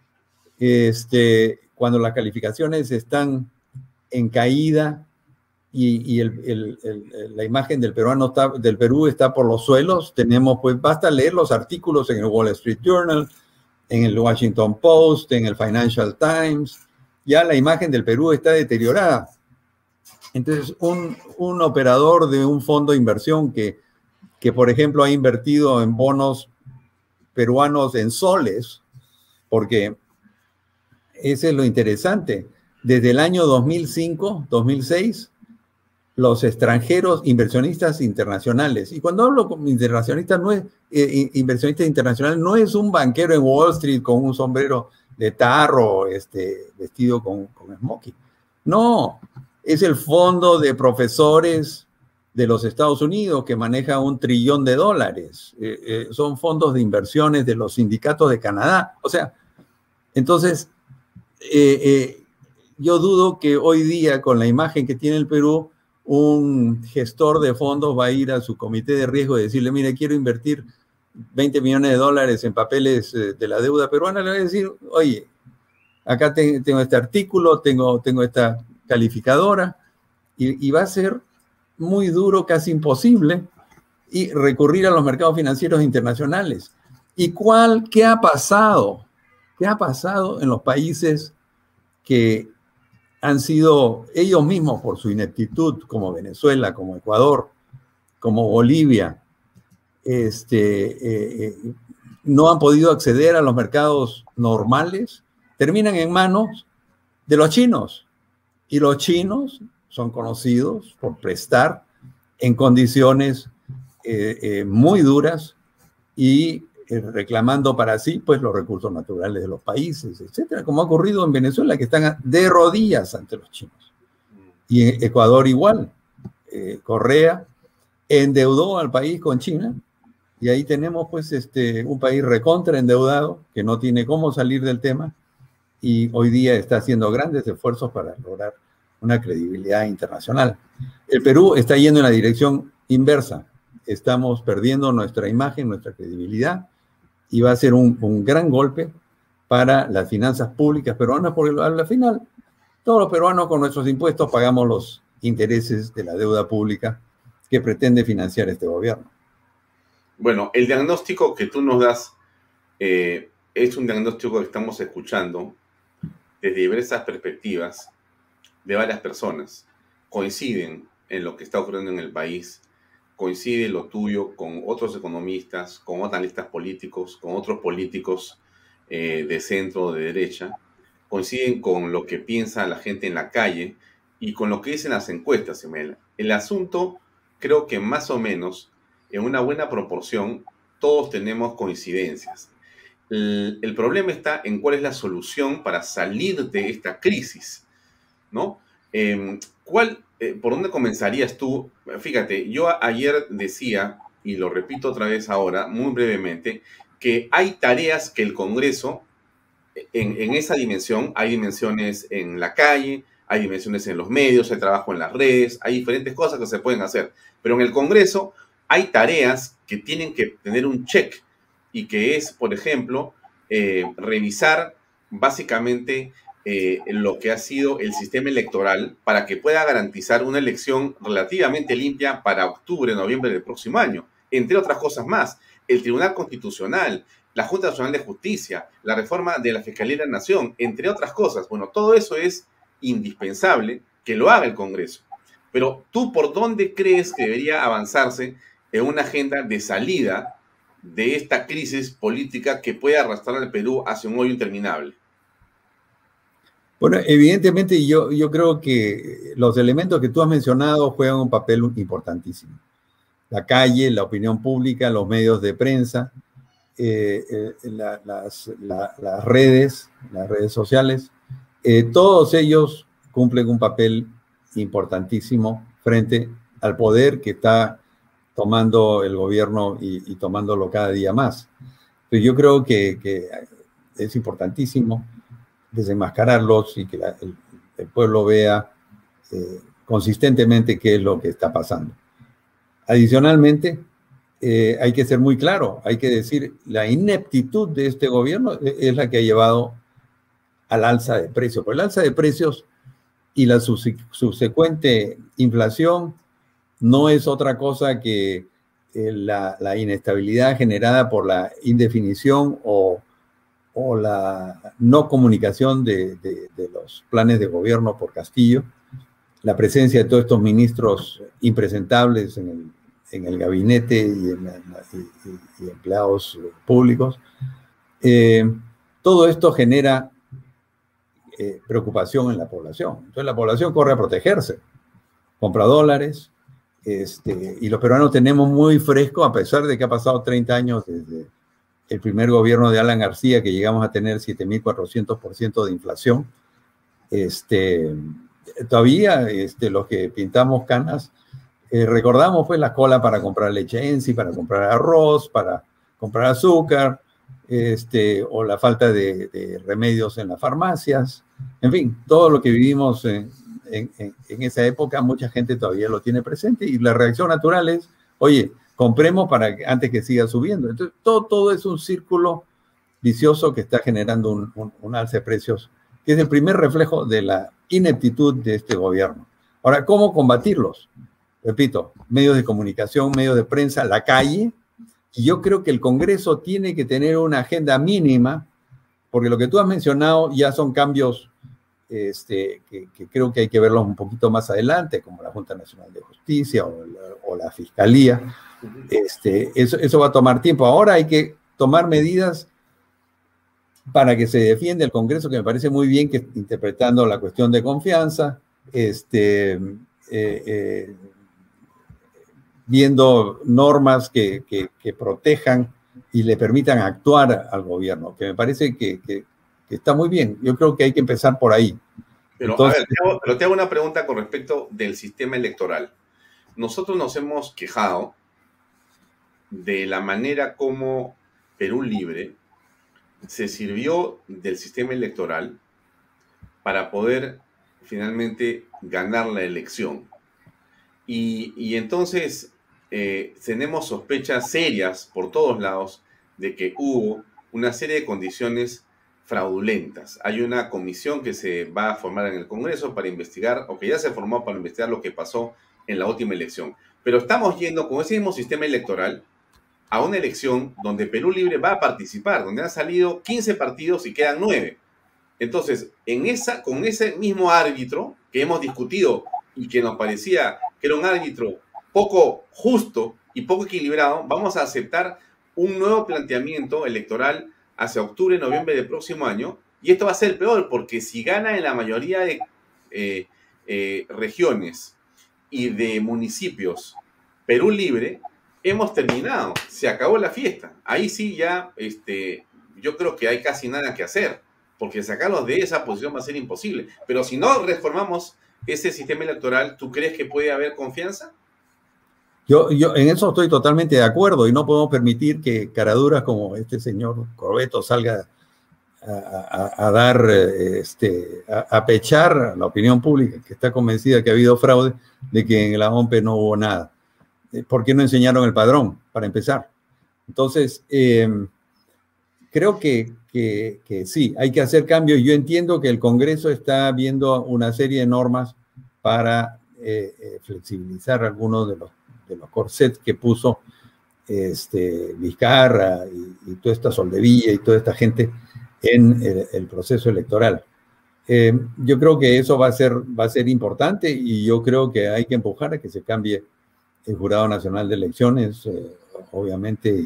este, cuando las calificaciones están en caída y, y el, el, el, la imagen del, peruano está, del Perú está por los suelos. Tenemos, pues, basta leer los artículos en el Wall Street Journal, en el Washington Post, en el Financial Times. Ya la imagen del Perú está deteriorada. Entonces, un, un operador de un fondo de inversión que, que, por ejemplo, ha invertido en bonos peruanos en soles, porque ese es lo interesante. Desde el año dos mil cinco, dos mil seis, los extranjeros inversionistas internacionales, y cuando hablo con internacionistas, no es, eh, inversionista internacional no es un banquero en Wall Street con un sombrero de tarro, este, vestido con, con smoking. No, es el fondo de profesores de los Estados Unidos que maneja un trillón de dólares. Eh, eh, son fondos de inversiones de los sindicatos de Canadá. O sea, entonces, eh, eh, yo dudo que hoy día, con la imagen que tiene el Perú, un gestor de fondos va a ir a su comité de riesgo y decirle, mire, quiero invertir veinte millones de dólares en papeles de la deuda peruana. Le va a decir, oye, acá te, tengo este artículo, tengo, tengo esta calificadora, y, y va a ser muy duro, casi imposible, y recurrir a los mercados financieros internacionales. ¿Y cuál, qué ha pasado? ¿Qué ha pasado en los países que han sido ellos mismos, por su ineptitud, como Venezuela, como Ecuador, como Bolivia, este, eh, eh, no han podido acceder a los mercados normales? Terminan en manos de los chinos. Y los chinos son conocidos por prestar en condiciones eh, eh, muy duras y eh, reclamando para sí, pues, los recursos naturales de los países, etcétera, como ha ocurrido en Venezuela, que están de rodillas ante los chinos. Y en Ecuador igual. Eh, Correa endeudó al país con China, y ahí tenemos, pues, este, un país recontra endeudado que no tiene cómo salir del tema, y hoy día está haciendo grandes esfuerzos para lograr una credibilidad internacional. El Perú está yendo en la dirección inversa. Estamos perdiendo nuestra imagen, nuestra credibilidad, y va a ser un, un gran golpe para las finanzas públicas peruanas, porque al final todos los peruanos con nuestros impuestos pagamos los intereses de la deuda pública que pretende financiar este gobierno. Bueno, el diagnóstico que tú nos das eh, es un diagnóstico que estamos escuchando desde diversas perspectivas de varias personas. Coinciden en lo que está ocurriendo en el país, coincide lo tuyo con otros economistas, con otros analistas políticos, con otros políticos eh, de centro o de derecha, coinciden con lo que piensa la gente en la calle y con lo que dicen las encuestas, Imelda. El asunto, creo que más o menos, en una buena proporción, todos tenemos coincidencias. El, el problema está en cuál es la solución para salir de esta crisis, ¿no? Eh, ¿cuál, eh, ¿Por dónde comenzarías tú? Fíjate, yo ayer decía, y lo repito otra vez ahora, muy brevemente, que hay tareas que el Congreso, en, en esa dimensión, hay dimensiones en la calle, hay dimensiones en los medios, hay trabajo en las redes, hay diferentes cosas que se pueden hacer, pero en el Congreso hay tareas que tienen que tener un check, y que es, por ejemplo, eh, revisar básicamente eh, lo que ha sido el sistema electoral para que pueda garantizar una elección relativamente limpia para octubre, noviembre del próximo año, entre otras cosas más. El Tribunal Constitucional, la Junta Nacional de Justicia, la reforma de la Fiscalía de la Nación, entre otras cosas. Bueno, todo eso es indispensable que lo haga el Congreso. Pero ¿tú por dónde crees que debería avanzarse en una agenda de salida de esta crisis política que puede arrastrar al Perú hacia un hoyo interminable? Bueno, evidentemente yo, yo creo que los elementos que tú has mencionado juegan un papel importantísimo. La calle, la opinión pública, los medios de prensa, eh, eh, la, las, la, las redes, las redes sociales, eh, todos ellos cumplen un papel importantísimo frente al poder que está tomando el gobierno y, y tomándolo cada día más. Pero yo creo que, que es importantísimo desenmascararlos y que la, el, el pueblo vea eh, consistentemente qué es lo que está pasando. Adicionalmente, eh, hay que ser muy claro, hay que decir, la ineptitud de este gobierno es la que ha llevado al alza de precios. Pero el alza de precios y la subsecuente inflación no es otra cosa que eh, la, la inestabilidad generada por la indefinición o, o la no comunicación de, de, de los planes de gobierno por Castillo, la presencia de todos estos ministros impresentables en el, en el gabinete y, en la, y, y, y empleados públicos. Eh, todo esto genera eh, preocupación en la población. Entonces la población corre a protegerse, compra dólares, este, y los peruanos tenemos muy fresco, a pesar de que ha pasado treinta años desde el primer gobierno de Alan García, que llegamos a tener siete mil cuatrocientos por ciento de inflación. Este, todavía este, los que pintamos canas, eh, recordamos pues la cola para comprar leche Ensi, para comprar arroz, para comprar azúcar, este, o la falta de, de remedios en las farmacias. En fin, todo lo que vivimos en, en, en, en esa época, mucha gente todavía lo tiene presente, y la reacción natural es, oye, compremos para que, antes que siga subiendo. Entonces, todo, todo es un círculo vicioso que está generando un, un, un alza de precios, que es el primer reflejo de la ineptitud de este gobierno. Ahora, ¿cómo combatirlos? Repito, medios de comunicación, medios de prensa, la calle, y yo creo que el Congreso tiene que tener una agenda mínima, porque lo que tú has mencionado ya son cambios este, que, que creo que hay que verlos un poquito más adelante, como la Junta Nacional de Justicia o la, o la Fiscalía. Este, eso, eso va a tomar tiempo. Ahora hay que tomar medidas para que se defienda el Congreso, que me parece muy bien, que interpretando la cuestión de confianza, este, eh, eh, viendo normas que, que, que protejan y le permitan actuar al gobierno, que me parece que, que, que está muy bien. Yo creo que hay que empezar por ahí. Pero, Entonces, a ver, te hago, pero te hago una pregunta con respecto del sistema electoral. Nosotros nos hemos quejado de la manera como Perú Libre se sirvió del sistema electoral para poder finalmente ganar la elección. Y, y entonces eh, tenemos sospechas serias por todos lados de que hubo una serie de condiciones fraudulentas. Hay una comisión que se va a formar en el Congreso para investigar, o que ya se formó para investigar lo que pasó en la última elección. Pero estamos yendo con ese mismo sistema electoral a una elección donde Perú Libre va a participar, donde han salido quince partidos y quedan nueve. Entonces, en esa, con ese mismo árbitro que hemos discutido y que nos parecía que era un árbitro poco justo y poco equilibrado, vamos a aceptar un nuevo planteamiento electoral hacia octubre, noviembre del próximo año, y esto va a ser peor, porque si gana en la mayoría de eh, eh, regiones y de municipios Perú Libre, hemos terminado, se acabó la fiesta. Ahí sí ya, este, yo creo que hay casi nada que hacer, porque sacarlos de esa posición va a ser imposible. Pero si no reformamos ese sistema electoral, ¿tú crees que puede haber confianza? Yo, yo en eso estoy totalmente de acuerdo, y no podemos permitir que caraduras como este señor Corbeto salga a, a, a dar, este, a, a pechar a la opinión pública, que está convencida que ha habido fraude, de que en la O M P no hubo nada. ¿Por qué no enseñaron el padrón, para empezar? Entonces, eh, creo que, que, que sí, hay que hacer cambios. Yo entiendo que el Congreso está viendo una serie de normas para eh, eh, flexibilizar algunos de los, de los corsets que puso este, Vizcarra y, y toda esta Soldevilla y toda esta gente en el, el proceso electoral. Eh, yo creo que eso va a ser, va a ser importante, y yo creo que hay que empujar a que se cambie el Jurado Nacional de Elecciones, eh, obviamente, y,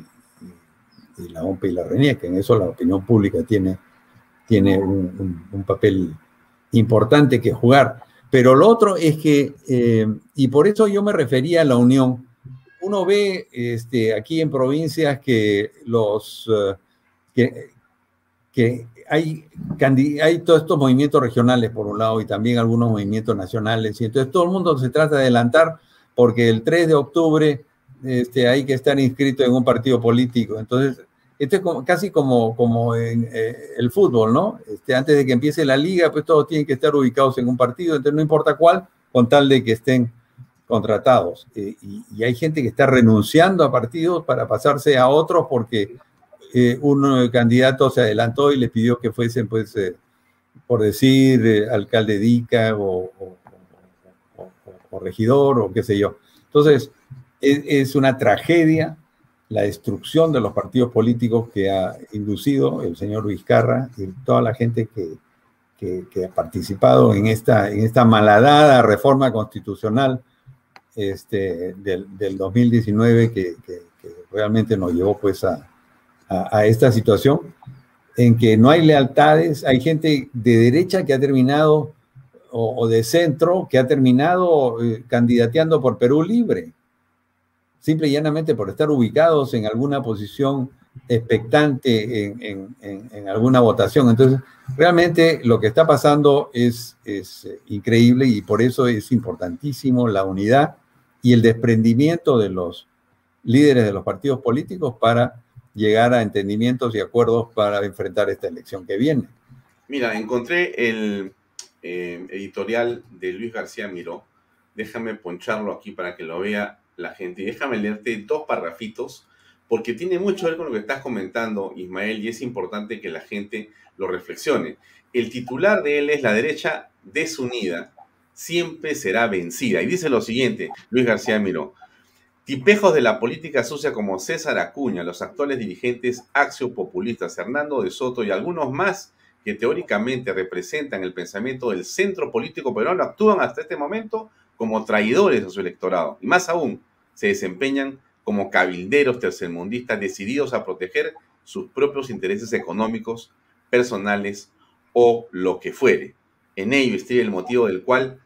y, y la O M P y la RENIEC, que en eso la opinión pública tiene, tiene un, un, un papel importante que jugar. Pero lo otro es que, eh, y por eso yo me refería a la unión, uno ve este, aquí en provincias que los uh, que, que hay, hay todos estos movimientos regionales por un lado y también algunos movimientos nacionales, y entonces todo el mundo se trata de adelantar porque el tres de octubre este, hay que estar inscrito en un partido político. Entonces, esto es como, casi como, como en eh, el fútbol, ¿no? Este, antes de que empiece la liga, pues todos tienen que estar ubicados en un partido, entonces no importa cuál, con tal de que estén contratados. Eh, y, y hay gente que está renunciando a partidos para pasarse a otros porque eh, un candidato se adelantó y le pidió que fuesen, pues, eh, por decir, eh, alcalde de Ica o, o, o, o, o regidor o qué sé yo. Entonces, es, es una tragedia la destrucción de los partidos políticos que ha inducido el señor Vizcarra y toda la gente que, que, que ha participado en esta, en esta malhadada reforma constitucional este, del, del dos mil diecinueve que, que, que realmente nos llevó pues a, a, a esta situación en que no hay lealtades, hay gente de derecha que ha terminado o, o de centro que ha terminado eh, candidateando por Perú Libre, simple y llanamente por estar ubicados en alguna posición expectante en, en, en, en alguna votación. Entonces, realmente lo que está pasando es, es increíble y por eso es importantísimo la unidad y el desprendimiento de los líderes de los partidos políticos para llegar a entendimientos y acuerdos para enfrentar esta elección que viene. Mira, encontré el eh, editorial de Luis García Miró. Déjame poncharlo aquí para que lo vea la gente. Y déjame leerte dos parrafitos, porque tiene mucho que ver con lo que estás comentando, Ismael, y es importante que la gente lo reflexione. El titular de él es: la derecha desunida siempre será vencida. Y dice lo siguiente, Luis García Miró: tipejos de la política sucia como César Acuña, los actuales dirigentes axiopopulistas Hernando de Soto y algunos más que teóricamente representan el pensamiento del centro político peruano actúan hasta este momento como traidores a su electorado. Y más aún, se desempeñan como cabilderos tercermundistas decididos a proteger sus propios intereses económicos, personales o lo que fuere. En ello estriba el motivo del cual,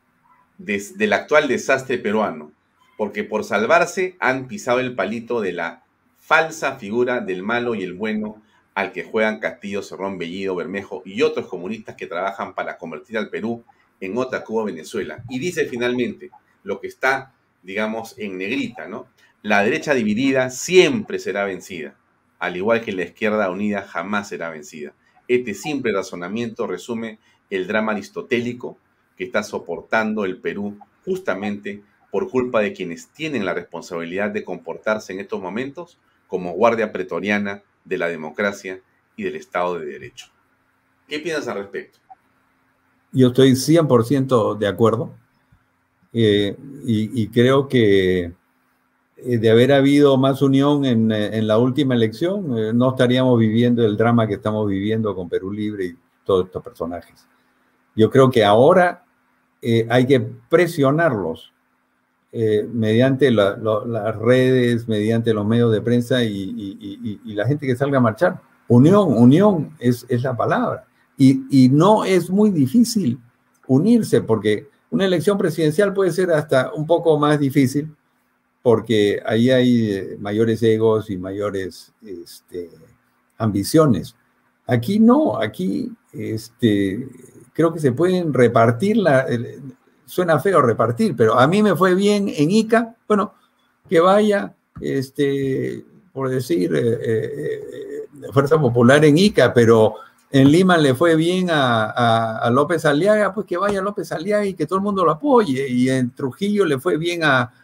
des, del actual desastre peruano, porque por salvarse han pisado el palito de la falsa figura del malo y el bueno al que juegan Castillo, Cerrón, Bellido, Bermejo y otros comunistas que trabajan para convertir al Perú en otra Cuba, Venezuela. Y dice finalmente lo que está, digamos, en negrita, ¿no? La derecha dividida siempre será vencida, al igual que la izquierda unida jamás será vencida. Este simple razonamiento resume el drama aristotélico que está soportando el Perú justamente por culpa de quienes tienen la responsabilidad de comportarse en estos momentos como guardia pretoriana de la democracia y del Estado de Derecho. ¿Qué piensas al respecto? Yo estoy cien por ciento de acuerdo eh, y, y creo que eh, de haber habido más unión en, en la última elección, eh, no estaríamos viviendo el drama que estamos viviendo con Perú Libre y todos estos personajes. Yo creo que ahora eh, hay que presionarlos eh, mediante la, lo, las redes, mediante los medios de prensa y, y, y, y la gente que salga a marchar. Unión, unión es, es la palabra. Y, y no es muy difícil unirse, porque una elección presidencial puede ser hasta un poco más difícil, porque ahí hay mayores egos y mayores este, ambiciones. Aquí no, aquí este, creo que se pueden repartir, la, suena feo repartir, pero a mí me fue bien en Ica, bueno, que vaya, este, por decir, eh, eh, Fuerza Popular en Ica, pero en Lima le fue bien a, a, a López Aliaga, pues que vaya López Aliaga y que todo el mundo lo apoye. Y en Trujillo le fue bien a, a,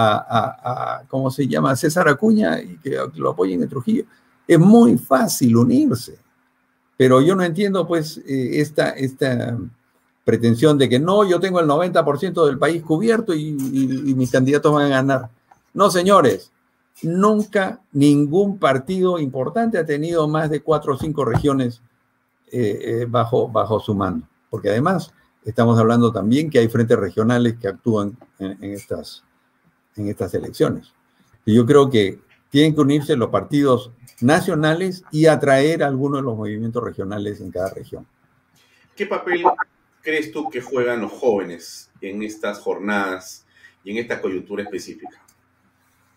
a, a ¿cómo se llama? César Acuña y que lo apoyen en Trujillo. Es muy fácil unirse. Pero yo no entiendo, pues, eh, esta, esta pretensión de que no, yo tengo el noventa por ciento del país cubierto y, y, y mis candidatos van a ganar. No, señores. Nunca ningún partido importante ha tenido más de cuatro o cinco regiones Eh, eh, bajo, bajo su mando, porque además estamos hablando también que hay frentes regionales que actúan en, en, estas, en estas elecciones. Y yo creo que tienen que unirse los partidos nacionales y atraer a algunos de los movimientos regionales en cada región. ¿Qué papel crees tú que juegan los jóvenes en estas jornadas y en esta coyuntura específica?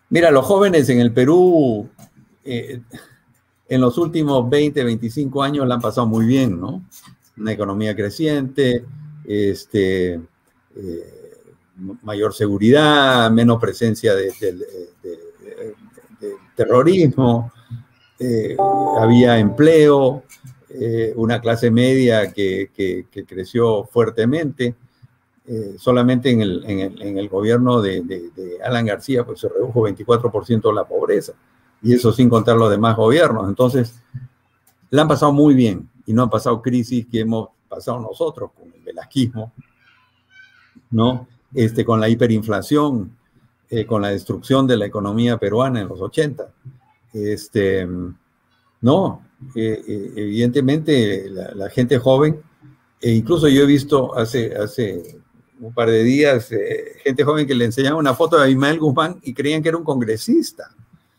Mira, los jóvenes en el Perú eh, en los últimos veinte, veinticinco años la han pasado muy bien, ¿no? Una economía creciente, este, eh, mayor seguridad, menos presencia de, de, de, de, de terrorismo, eh, había empleo, eh, una clase media que, que, que creció fuertemente. Eh, solamente en el, en el, en el gobierno de, de, de Alan García pues se redujo veinticuatro por ciento la pobreza, y eso sin contar los demás gobiernos. Entonces, la han pasado muy bien y no han pasado crisis que hemos pasado nosotros con el velasquismo, ¿no? Este, con la hiperinflación, eh, con la destrucción de la economía peruana en los ochenta. Este, no, eh, eh, evidentemente la, la gente joven, e incluso yo he visto hace, hace un par de días eh, gente joven que le enseñaba una foto de Abimael Guzmán y creían que era un congresista.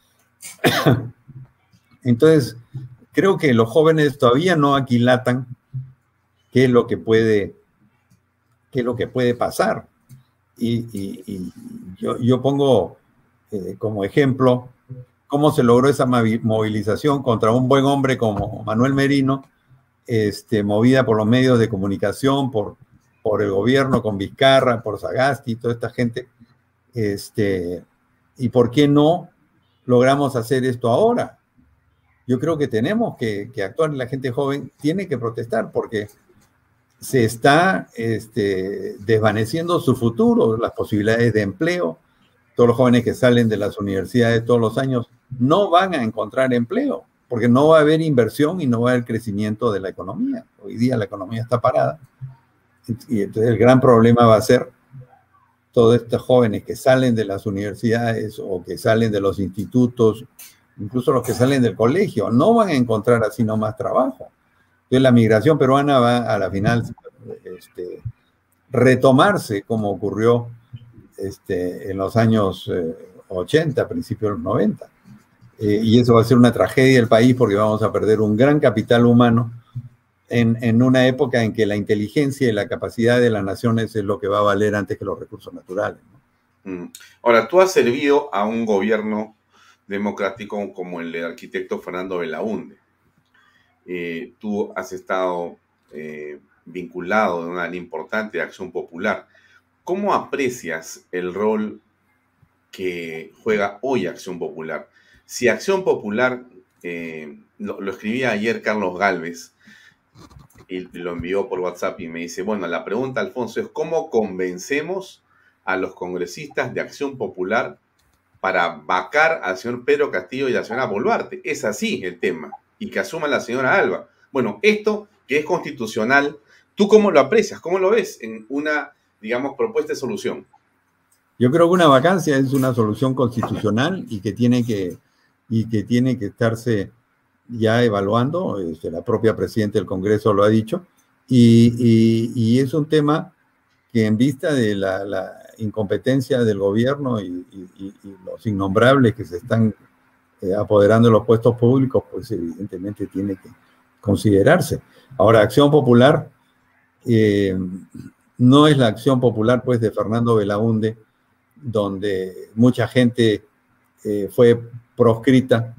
Entonces, creo que los jóvenes todavía no aquilatan qué es lo que puede, qué es lo que puede pasar. Y, y, y yo, yo pongo eh, como ejemplo cómo se logró esa movilización contra un buen hombre como Manuel Merino, este, movida por los medios de comunicación, por, por el gobierno con Vizcarra, por Sagasti, toda esta gente. Este, ¿y por qué no logramos hacer esto ahora? Yo creo que tenemos que, que actuar, la gente joven tiene que protestar porque se está este, desvaneciendo su futuro, las posibilidades de empleo. Todos los jóvenes que salen de las universidades todos los años no van a encontrar empleo, porque no va a haber inversión y no va a haber crecimiento de la economía. Hoy día la economía está parada. Y entonces el gran problema va a ser todos estos jóvenes que salen de las universidades o que salen de los institutos, incluso los que salen del colegio, no van a encontrar así nomás trabajo. Entonces la migración peruana va a la final este, retomarse como ocurrió este, en los años eh, ochenta, principios de los noventa. Eh, y eso va a ser una tragedia del país porque vamos a perder un gran capital humano en, en una época en que la inteligencia y la capacidad de las naciones es lo que va a valer antes que los recursos naturales, ¿no? Ahora, tú has servido a un gobierno democrático como el del arquitecto Fernando Belaúnde. Eh, tú has estado eh, vinculado de una área importante de Acción Popular. ¿Cómo aprecias el rol que juega hoy Acción Popular? Si Acción Popular, eh, lo, lo escribía ayer Carlos Gálvez, y lo envió por WhatsApp y me dice, bueno, la pregunta, Alfonso, es ¿cómo convencemos a los congresistas de Acción Popular para vacar al señor Pedro Castillo y a la señora Boluarte? Es así el tema. Y que asuma la señora Alba. Bueno, esto que es constitucional, ¿tú cómo lo aprecias? ¿Cómo lo ves en una, digamos, propuesta de solución? Yo creo que una vacancia es una solución constitucional y que tiene que, y que, tiene que estarse ya evaluando. Este, la propia presidenta del Congreso lo ha dicho. Y, y, y es un tema que en vista de la, la incompetencia del gobierno y, y, y los innombrables que se están eh, apoderando de los puestos públicos, pues evidentemente tiene que considerarse. Ahora, Acción Popular eh, no es la Acción Popular pues de Fernando Belaúnde, donde mucha gente eh, fue proscrita,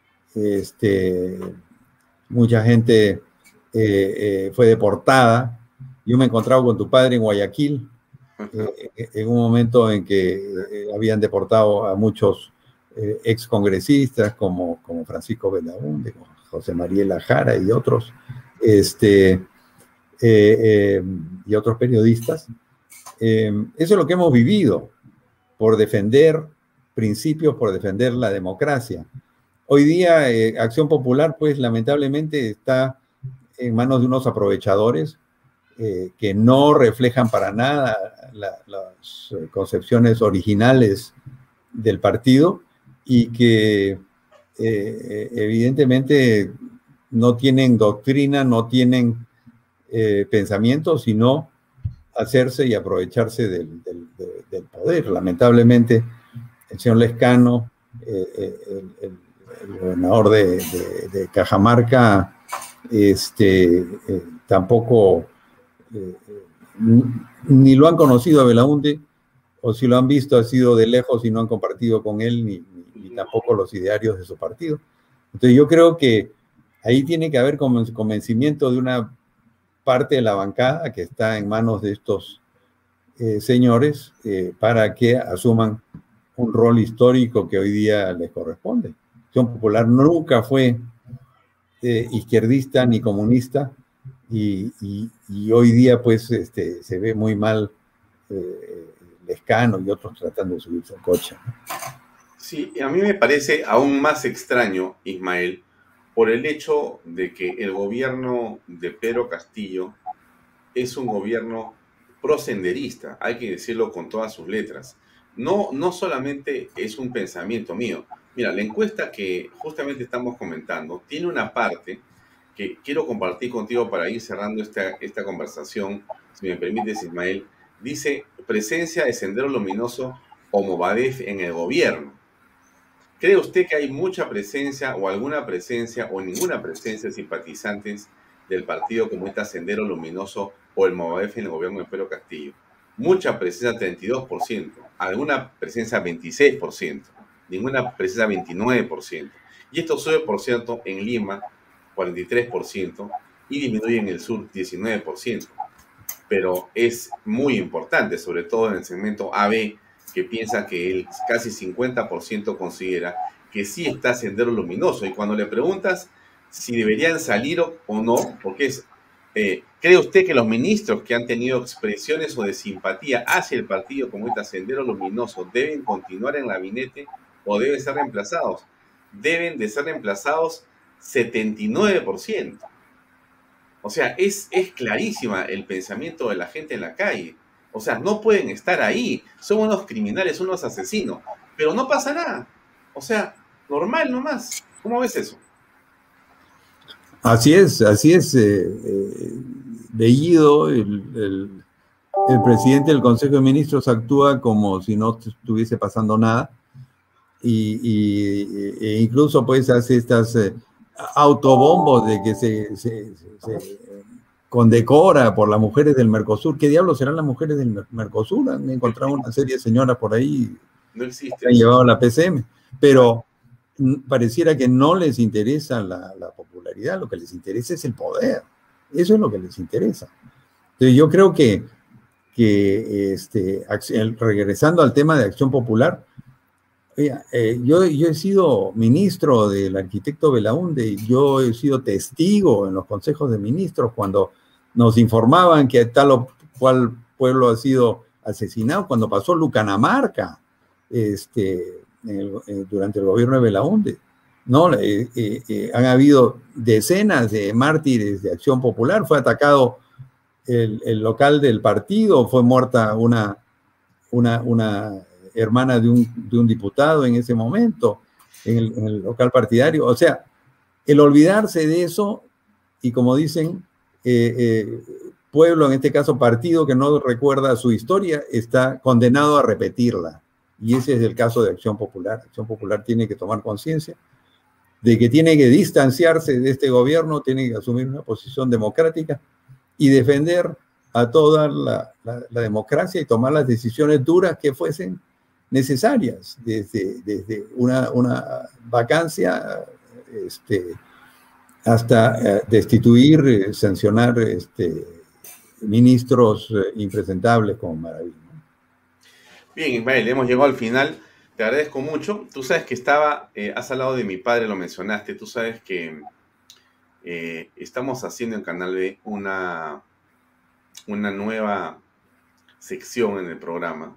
este, mucha gente eh, eh, fue deportada. Yo me he encontrado con tu padre en Guayaquil, eh, en un momento en que eh, habían deportado a muchos eh, excongresistas como, como Francisco Belaúnde, como José María Lajara y otros, este, eh, eh, y otros periodistas. Eh, eso es lo que hemos vivido por defender principios, por defender la democracia. Hoy día eh, Acción Popular, pues lamentablemente está en manos de unos aprovechadores eh, que no reflejan para nada la, las concepciones originales del partido y que eh, evidentemente no tienen doctrina, no tienen eh, pensamiento, sino hacerse y aprovecharse del, del, del poder. Lamentablemente, el señor Lescano, eh, el, el, el gobernador de, de, de Cajamarca, este, eh, tampoco eh, ni lo han conocido a Belaúnde, o si lo han visto ha sido de lejos y no han compartido con él ni, ni, ni tampoco los idearios de su partido. Entonces yo creo que ahí tiene que haber convencimiento de una parte de la bancada que está en manos de estos eh, señores eh, para que asuman un rol histórico que hoy día les corresponde. Acción Popular nunca fue eh, izquierdista ni comunista y, y, y hoy día pues este, se ve muy mal eh, Lescano y otros tratando de subirse al coche. Sí, a mí me parece aún más extraño, Ismael, por el hecho de que el gobierno de Pedro Castillo es un gobierno prosenderista, hay que decirlo con todas sus letras. No, no solamente es un pensamiento mío. Mira, la encuesta que justamente estamos comentando tiene una parte que quiero compartir contigo para ir cerrando esta, esta conversación, si me permites, Ismael. Dice, presencia de Sendero Luminoso o Movadef en el gobierno. ¿Cree usted que hay mucha presencia o alguna presencia o ninguna presencia de simpatizantes del Partido Comunista Sendero Luminoso o el Movadef en el gobierno de Pedro Castillo? Mucha presencia, treinta y dos por ciento. Alguna presencia, veintiséis por ciento. Ninguna presencia, veintinueve por ciento. Y esto sube, por cierto, en Lima, cuarenta y tres por ciento, y disminuye en el sur, diecinueve por ciento. Pero es muy importante, sobre todo en el segmento A B, que piensa que el casi cincuenta por ciento considera que sí está Sendero Luminoso. Y cuando le preguntas si deberían salir o, o no, porque es, eh, ¿cree usted que los ministros que han tenido expresiones o de simpatía hacia el partido como esta Sendero Luminoso deben continuar en el gabinete o deben ser reemplazados? Deben de ser reemplazados setenta y nueve por ciento. O sea, es, es clarísima el pensamiento de la gente en la calle. O sea, no pueden estar ahí. Son unos criminales, unos asesinos. Pero no pasa nada. O sea, normal nomás. ¿Cómo ves eso? Así es, así es. Eh, eh, Bellido, el, el, el presidente del Consejo de Ministros, actúa como si no estuviese pasando nada. Y, y e incluso pues hace estas eh, autobombos de que se... se, se, se condecora por las mujeres del Mercosur. ¿Qué diablos serán las mujeres del Mercosur? Han encontrado una serie de señoras por ahí no existe, que han llevado a la P C M, pero pareciera que no les interesa la, la popularidad, lo que les interesa es el poder. Eso es lo que les interesa. Entonces yo creo que, que este, regresando al tema de Acción Popular, eh, yo, yo he sido ministro del arquitecto Belaúnde y yo he sido testigo en los consejos de ministros cuando nos informaban que tal o cual pueblo ha sido asesinado, cuando pasó Lucanamarca este, el, eh, durante el gobierno de Belaúnde. ¿No? Eh, eh, eh, han habido decenas de mártires de Acción Popular, fue atacado el, el local del partido, fue muerta una, una, una hermana de un, de un diputado en ese momento, en el, en el local partidario. O sea, el olvidarse de eso, y como dicen, eh, eh, pueblo, en este caso partido, que no recuerda su historia, está condenado a repetirla. Y ese es el caso de Acción Popular. Acción Popular tiene que tomar conciencia de que tiene que distanciarse de este gobierno, tiene que asumir una posición democrática y defender a toda la, la, la democracia y tomar las decisiones duras que fuesen necesarias, desde, desde una, una vacancia este, hasta eh, destituir, eh, sancionar este, ministros eh, impresentables como Maraví. Bien, Ismael, hemos llegado al final. Te agradezco mucho. Tú sabes que estaba, eh, has hablado de mi padre, lo mencionaste. Tú sabes que eh, estamos haciendo en Canal B una, una nueva sección en el programa,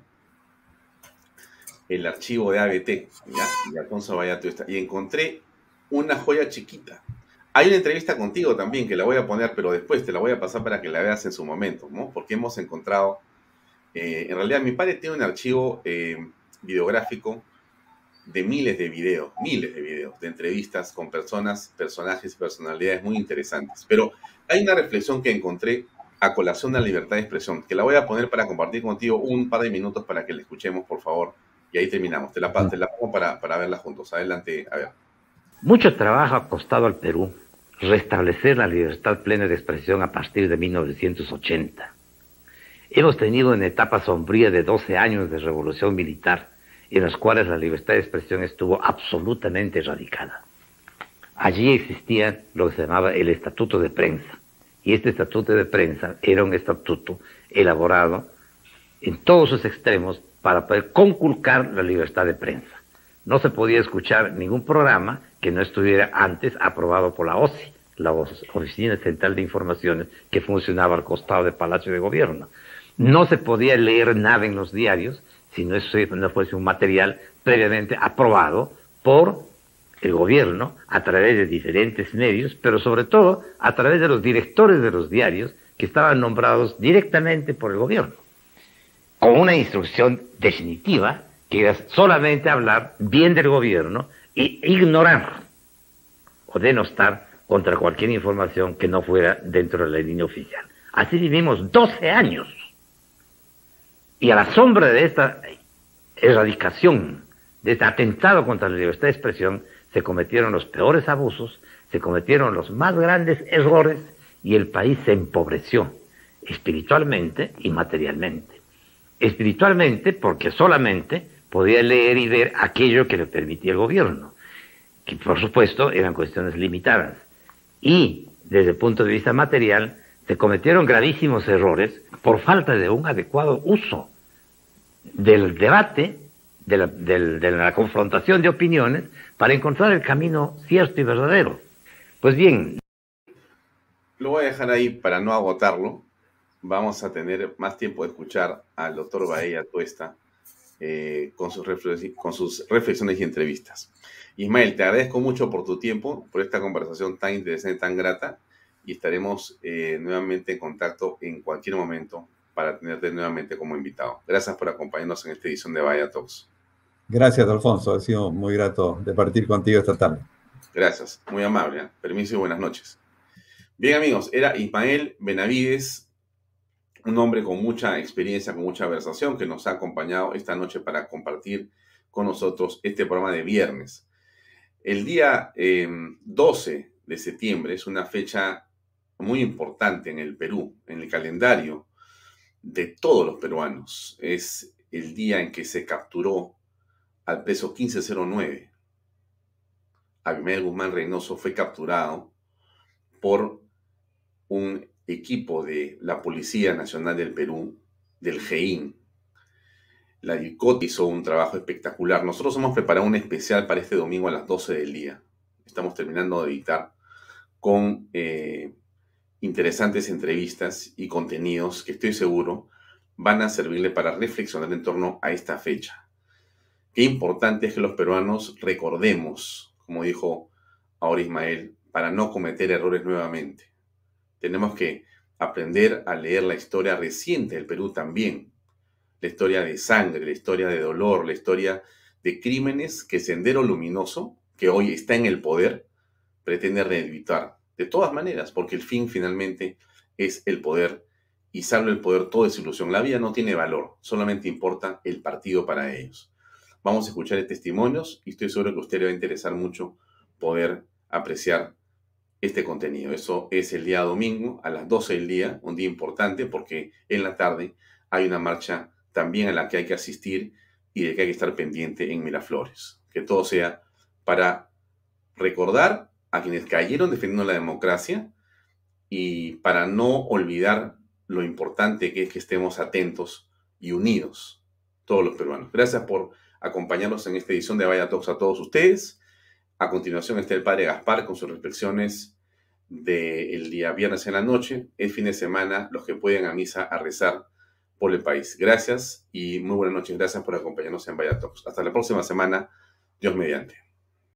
el archivo de A B T, ¿ya? Y Alfonso Bayato está. Y encontré una joya chiquita. Hay una entrevista contigo también que la voy a poner, pero después te la voy a pasar para que la veas en su momento, ¿no? Porque hemos encontrado, eh, en realidad mi padre tiene un archivo eh, videográfico de miles de videos, miles de videos, de entrevistas con personas, personajes y personalidades muy interesantes. Pero hay una reflexión que encontré a colación de la libertad de expresión, que la voy a poner para compartir contigo un par de minutos para que la escuchemos, por favor. Y ahí terminamos. Te la, te la pongo para, para verla juntos. Adelante, a ver. Mucho trabajo ha costado al Perú restablecer la libertad plena de expresión a partir de mil novecientos ochenta. Hemos tenido una etapa sombría de doce años de revolución militar, en las cuales la libertad de expresión estuvo absolutamente erradicada. Allí existía lo que se llamaba el Estatuto de Prensa, y este Estatuto de Prensa era un estatuto elaborado en todos sus extremos para poder conculcar la libertad de prensa. No se podía escuchar ningún programa que no estuviera antes aprobado por la O C I, la Oficina Central de Informaciones, que funcionaba al costado del Palacio de Gobierno. No se podía leer nada en los diarios si no, eso no fuese un material previamente aprobado por el gobierno a través de diferentes medios, pero sobre todo a través de los directores de los diarios que estaban nombrados directamente por el gobierno, con una instrucción definitiva que era solamente hablar bien del gobierno e ignorar o denostar contra cualquier información que no fuera dentro de la línea oficial. Así vivimos doce años. Y a la sombra de esta erradicación, de este atentado contra la libertad de expresión, se cometieron los peores abusos, se cometieron los más grandes errores y el país se empobreció espiritualmente y materialmente. Espiritualmente porque solamente podía leer y ver aquello que le permitía el gobierno, que por supuesto eran cuestiones limitadas. Y desde el punto de vista material se cometieron gravísimos errores por falta de un adecuado uso del debate, de la, de, de la confrontación de opiniones, para encontrar el camino cierto y verdadero. Pues bien. Lo voy a dejar ahí para no agotarlo. Vamos a tener más tiempo de escuchar al doctor Baella Tuesta eh, con, sus con sus reflexiones y entrevistas. Ismael, te agradezco mucho por tu tiempo, por esta conversación tan interesante, tan grata, y estaremos eh, nuevamente en contacto en cualquier momento para tenerte nuevamente como invitado. Gracias por acompañarnos en esta edición de Baella Talks. Gracias, Alfonso. Ha sido muy grato de partir contigo esta tarde. Gracias. Muy amable. ¿eh? Permiso y buenas noches. Bien, amigos, era Ismael Benavides, un hombre con mucha experiencia, con mucha versación, que nos ha acompañado esta noche para compartir con nosotros este programa de viernes. El día eh, doce de septiembre es una fecha muy importante en el Perú, en el calendario de todos los peruanos. Es el día en que se capturó al preso quince cero nueve. Abimael Guzmán Reynoso fue capturado por un equipo de la Policía Nacional del Perú, del G I N. La DICOT hizo un trabajo espectacular. Nosotros hemos preparado un especial para este domingo a las doce del día. Estamos terminando de editar con eh, interesantes entrevistas y contenidos que estoy seguro van a servirle para reflexionar en torno a esta fecha. Qué importante es que los peruanos recordemos, como dijo ahora Ismael, para no cometer errores nuevamente. Tenemos que aprender a leer la historia reciente del Perú también. La historia de sangre, la historia de dolor, la historia de crímenes que Sendero Luminoso, que hoy está en el poder, pretende reeditar. De todas maneras, porque el fin finalmente es el poder, y salvo el poder todo es ilusión. La vida no tiene valor, solamente importa el partido para ellos. Vamos a escuchar testimonios y estoy seguro que a usted le va a interesar mucho poder apreciar este contenido. Eso es el día domingo a las doce del día, un día importante porque en la tarde hay una marcha también a la que hay que asistir y de que hay que estar pendiente en Miraflores. Que todo sea para recordar a quienes cayeron defendiendo la democracia y para no olvidar lo importante que es que estemos atentos y unidos, todos los peruanos. Gracias por acompañarnos en esta edición de Baella Talks a todos ustedes. A continuación está el padre Gaspar con sus reflexiones del día viernes en la noche. Es fin de semana, los que pueden a misa a rezar por el país. Gracias y muy buenas noches. Gracias por acompañarnos en Baella Talks. Hasta la próxima semana. Dios mediante.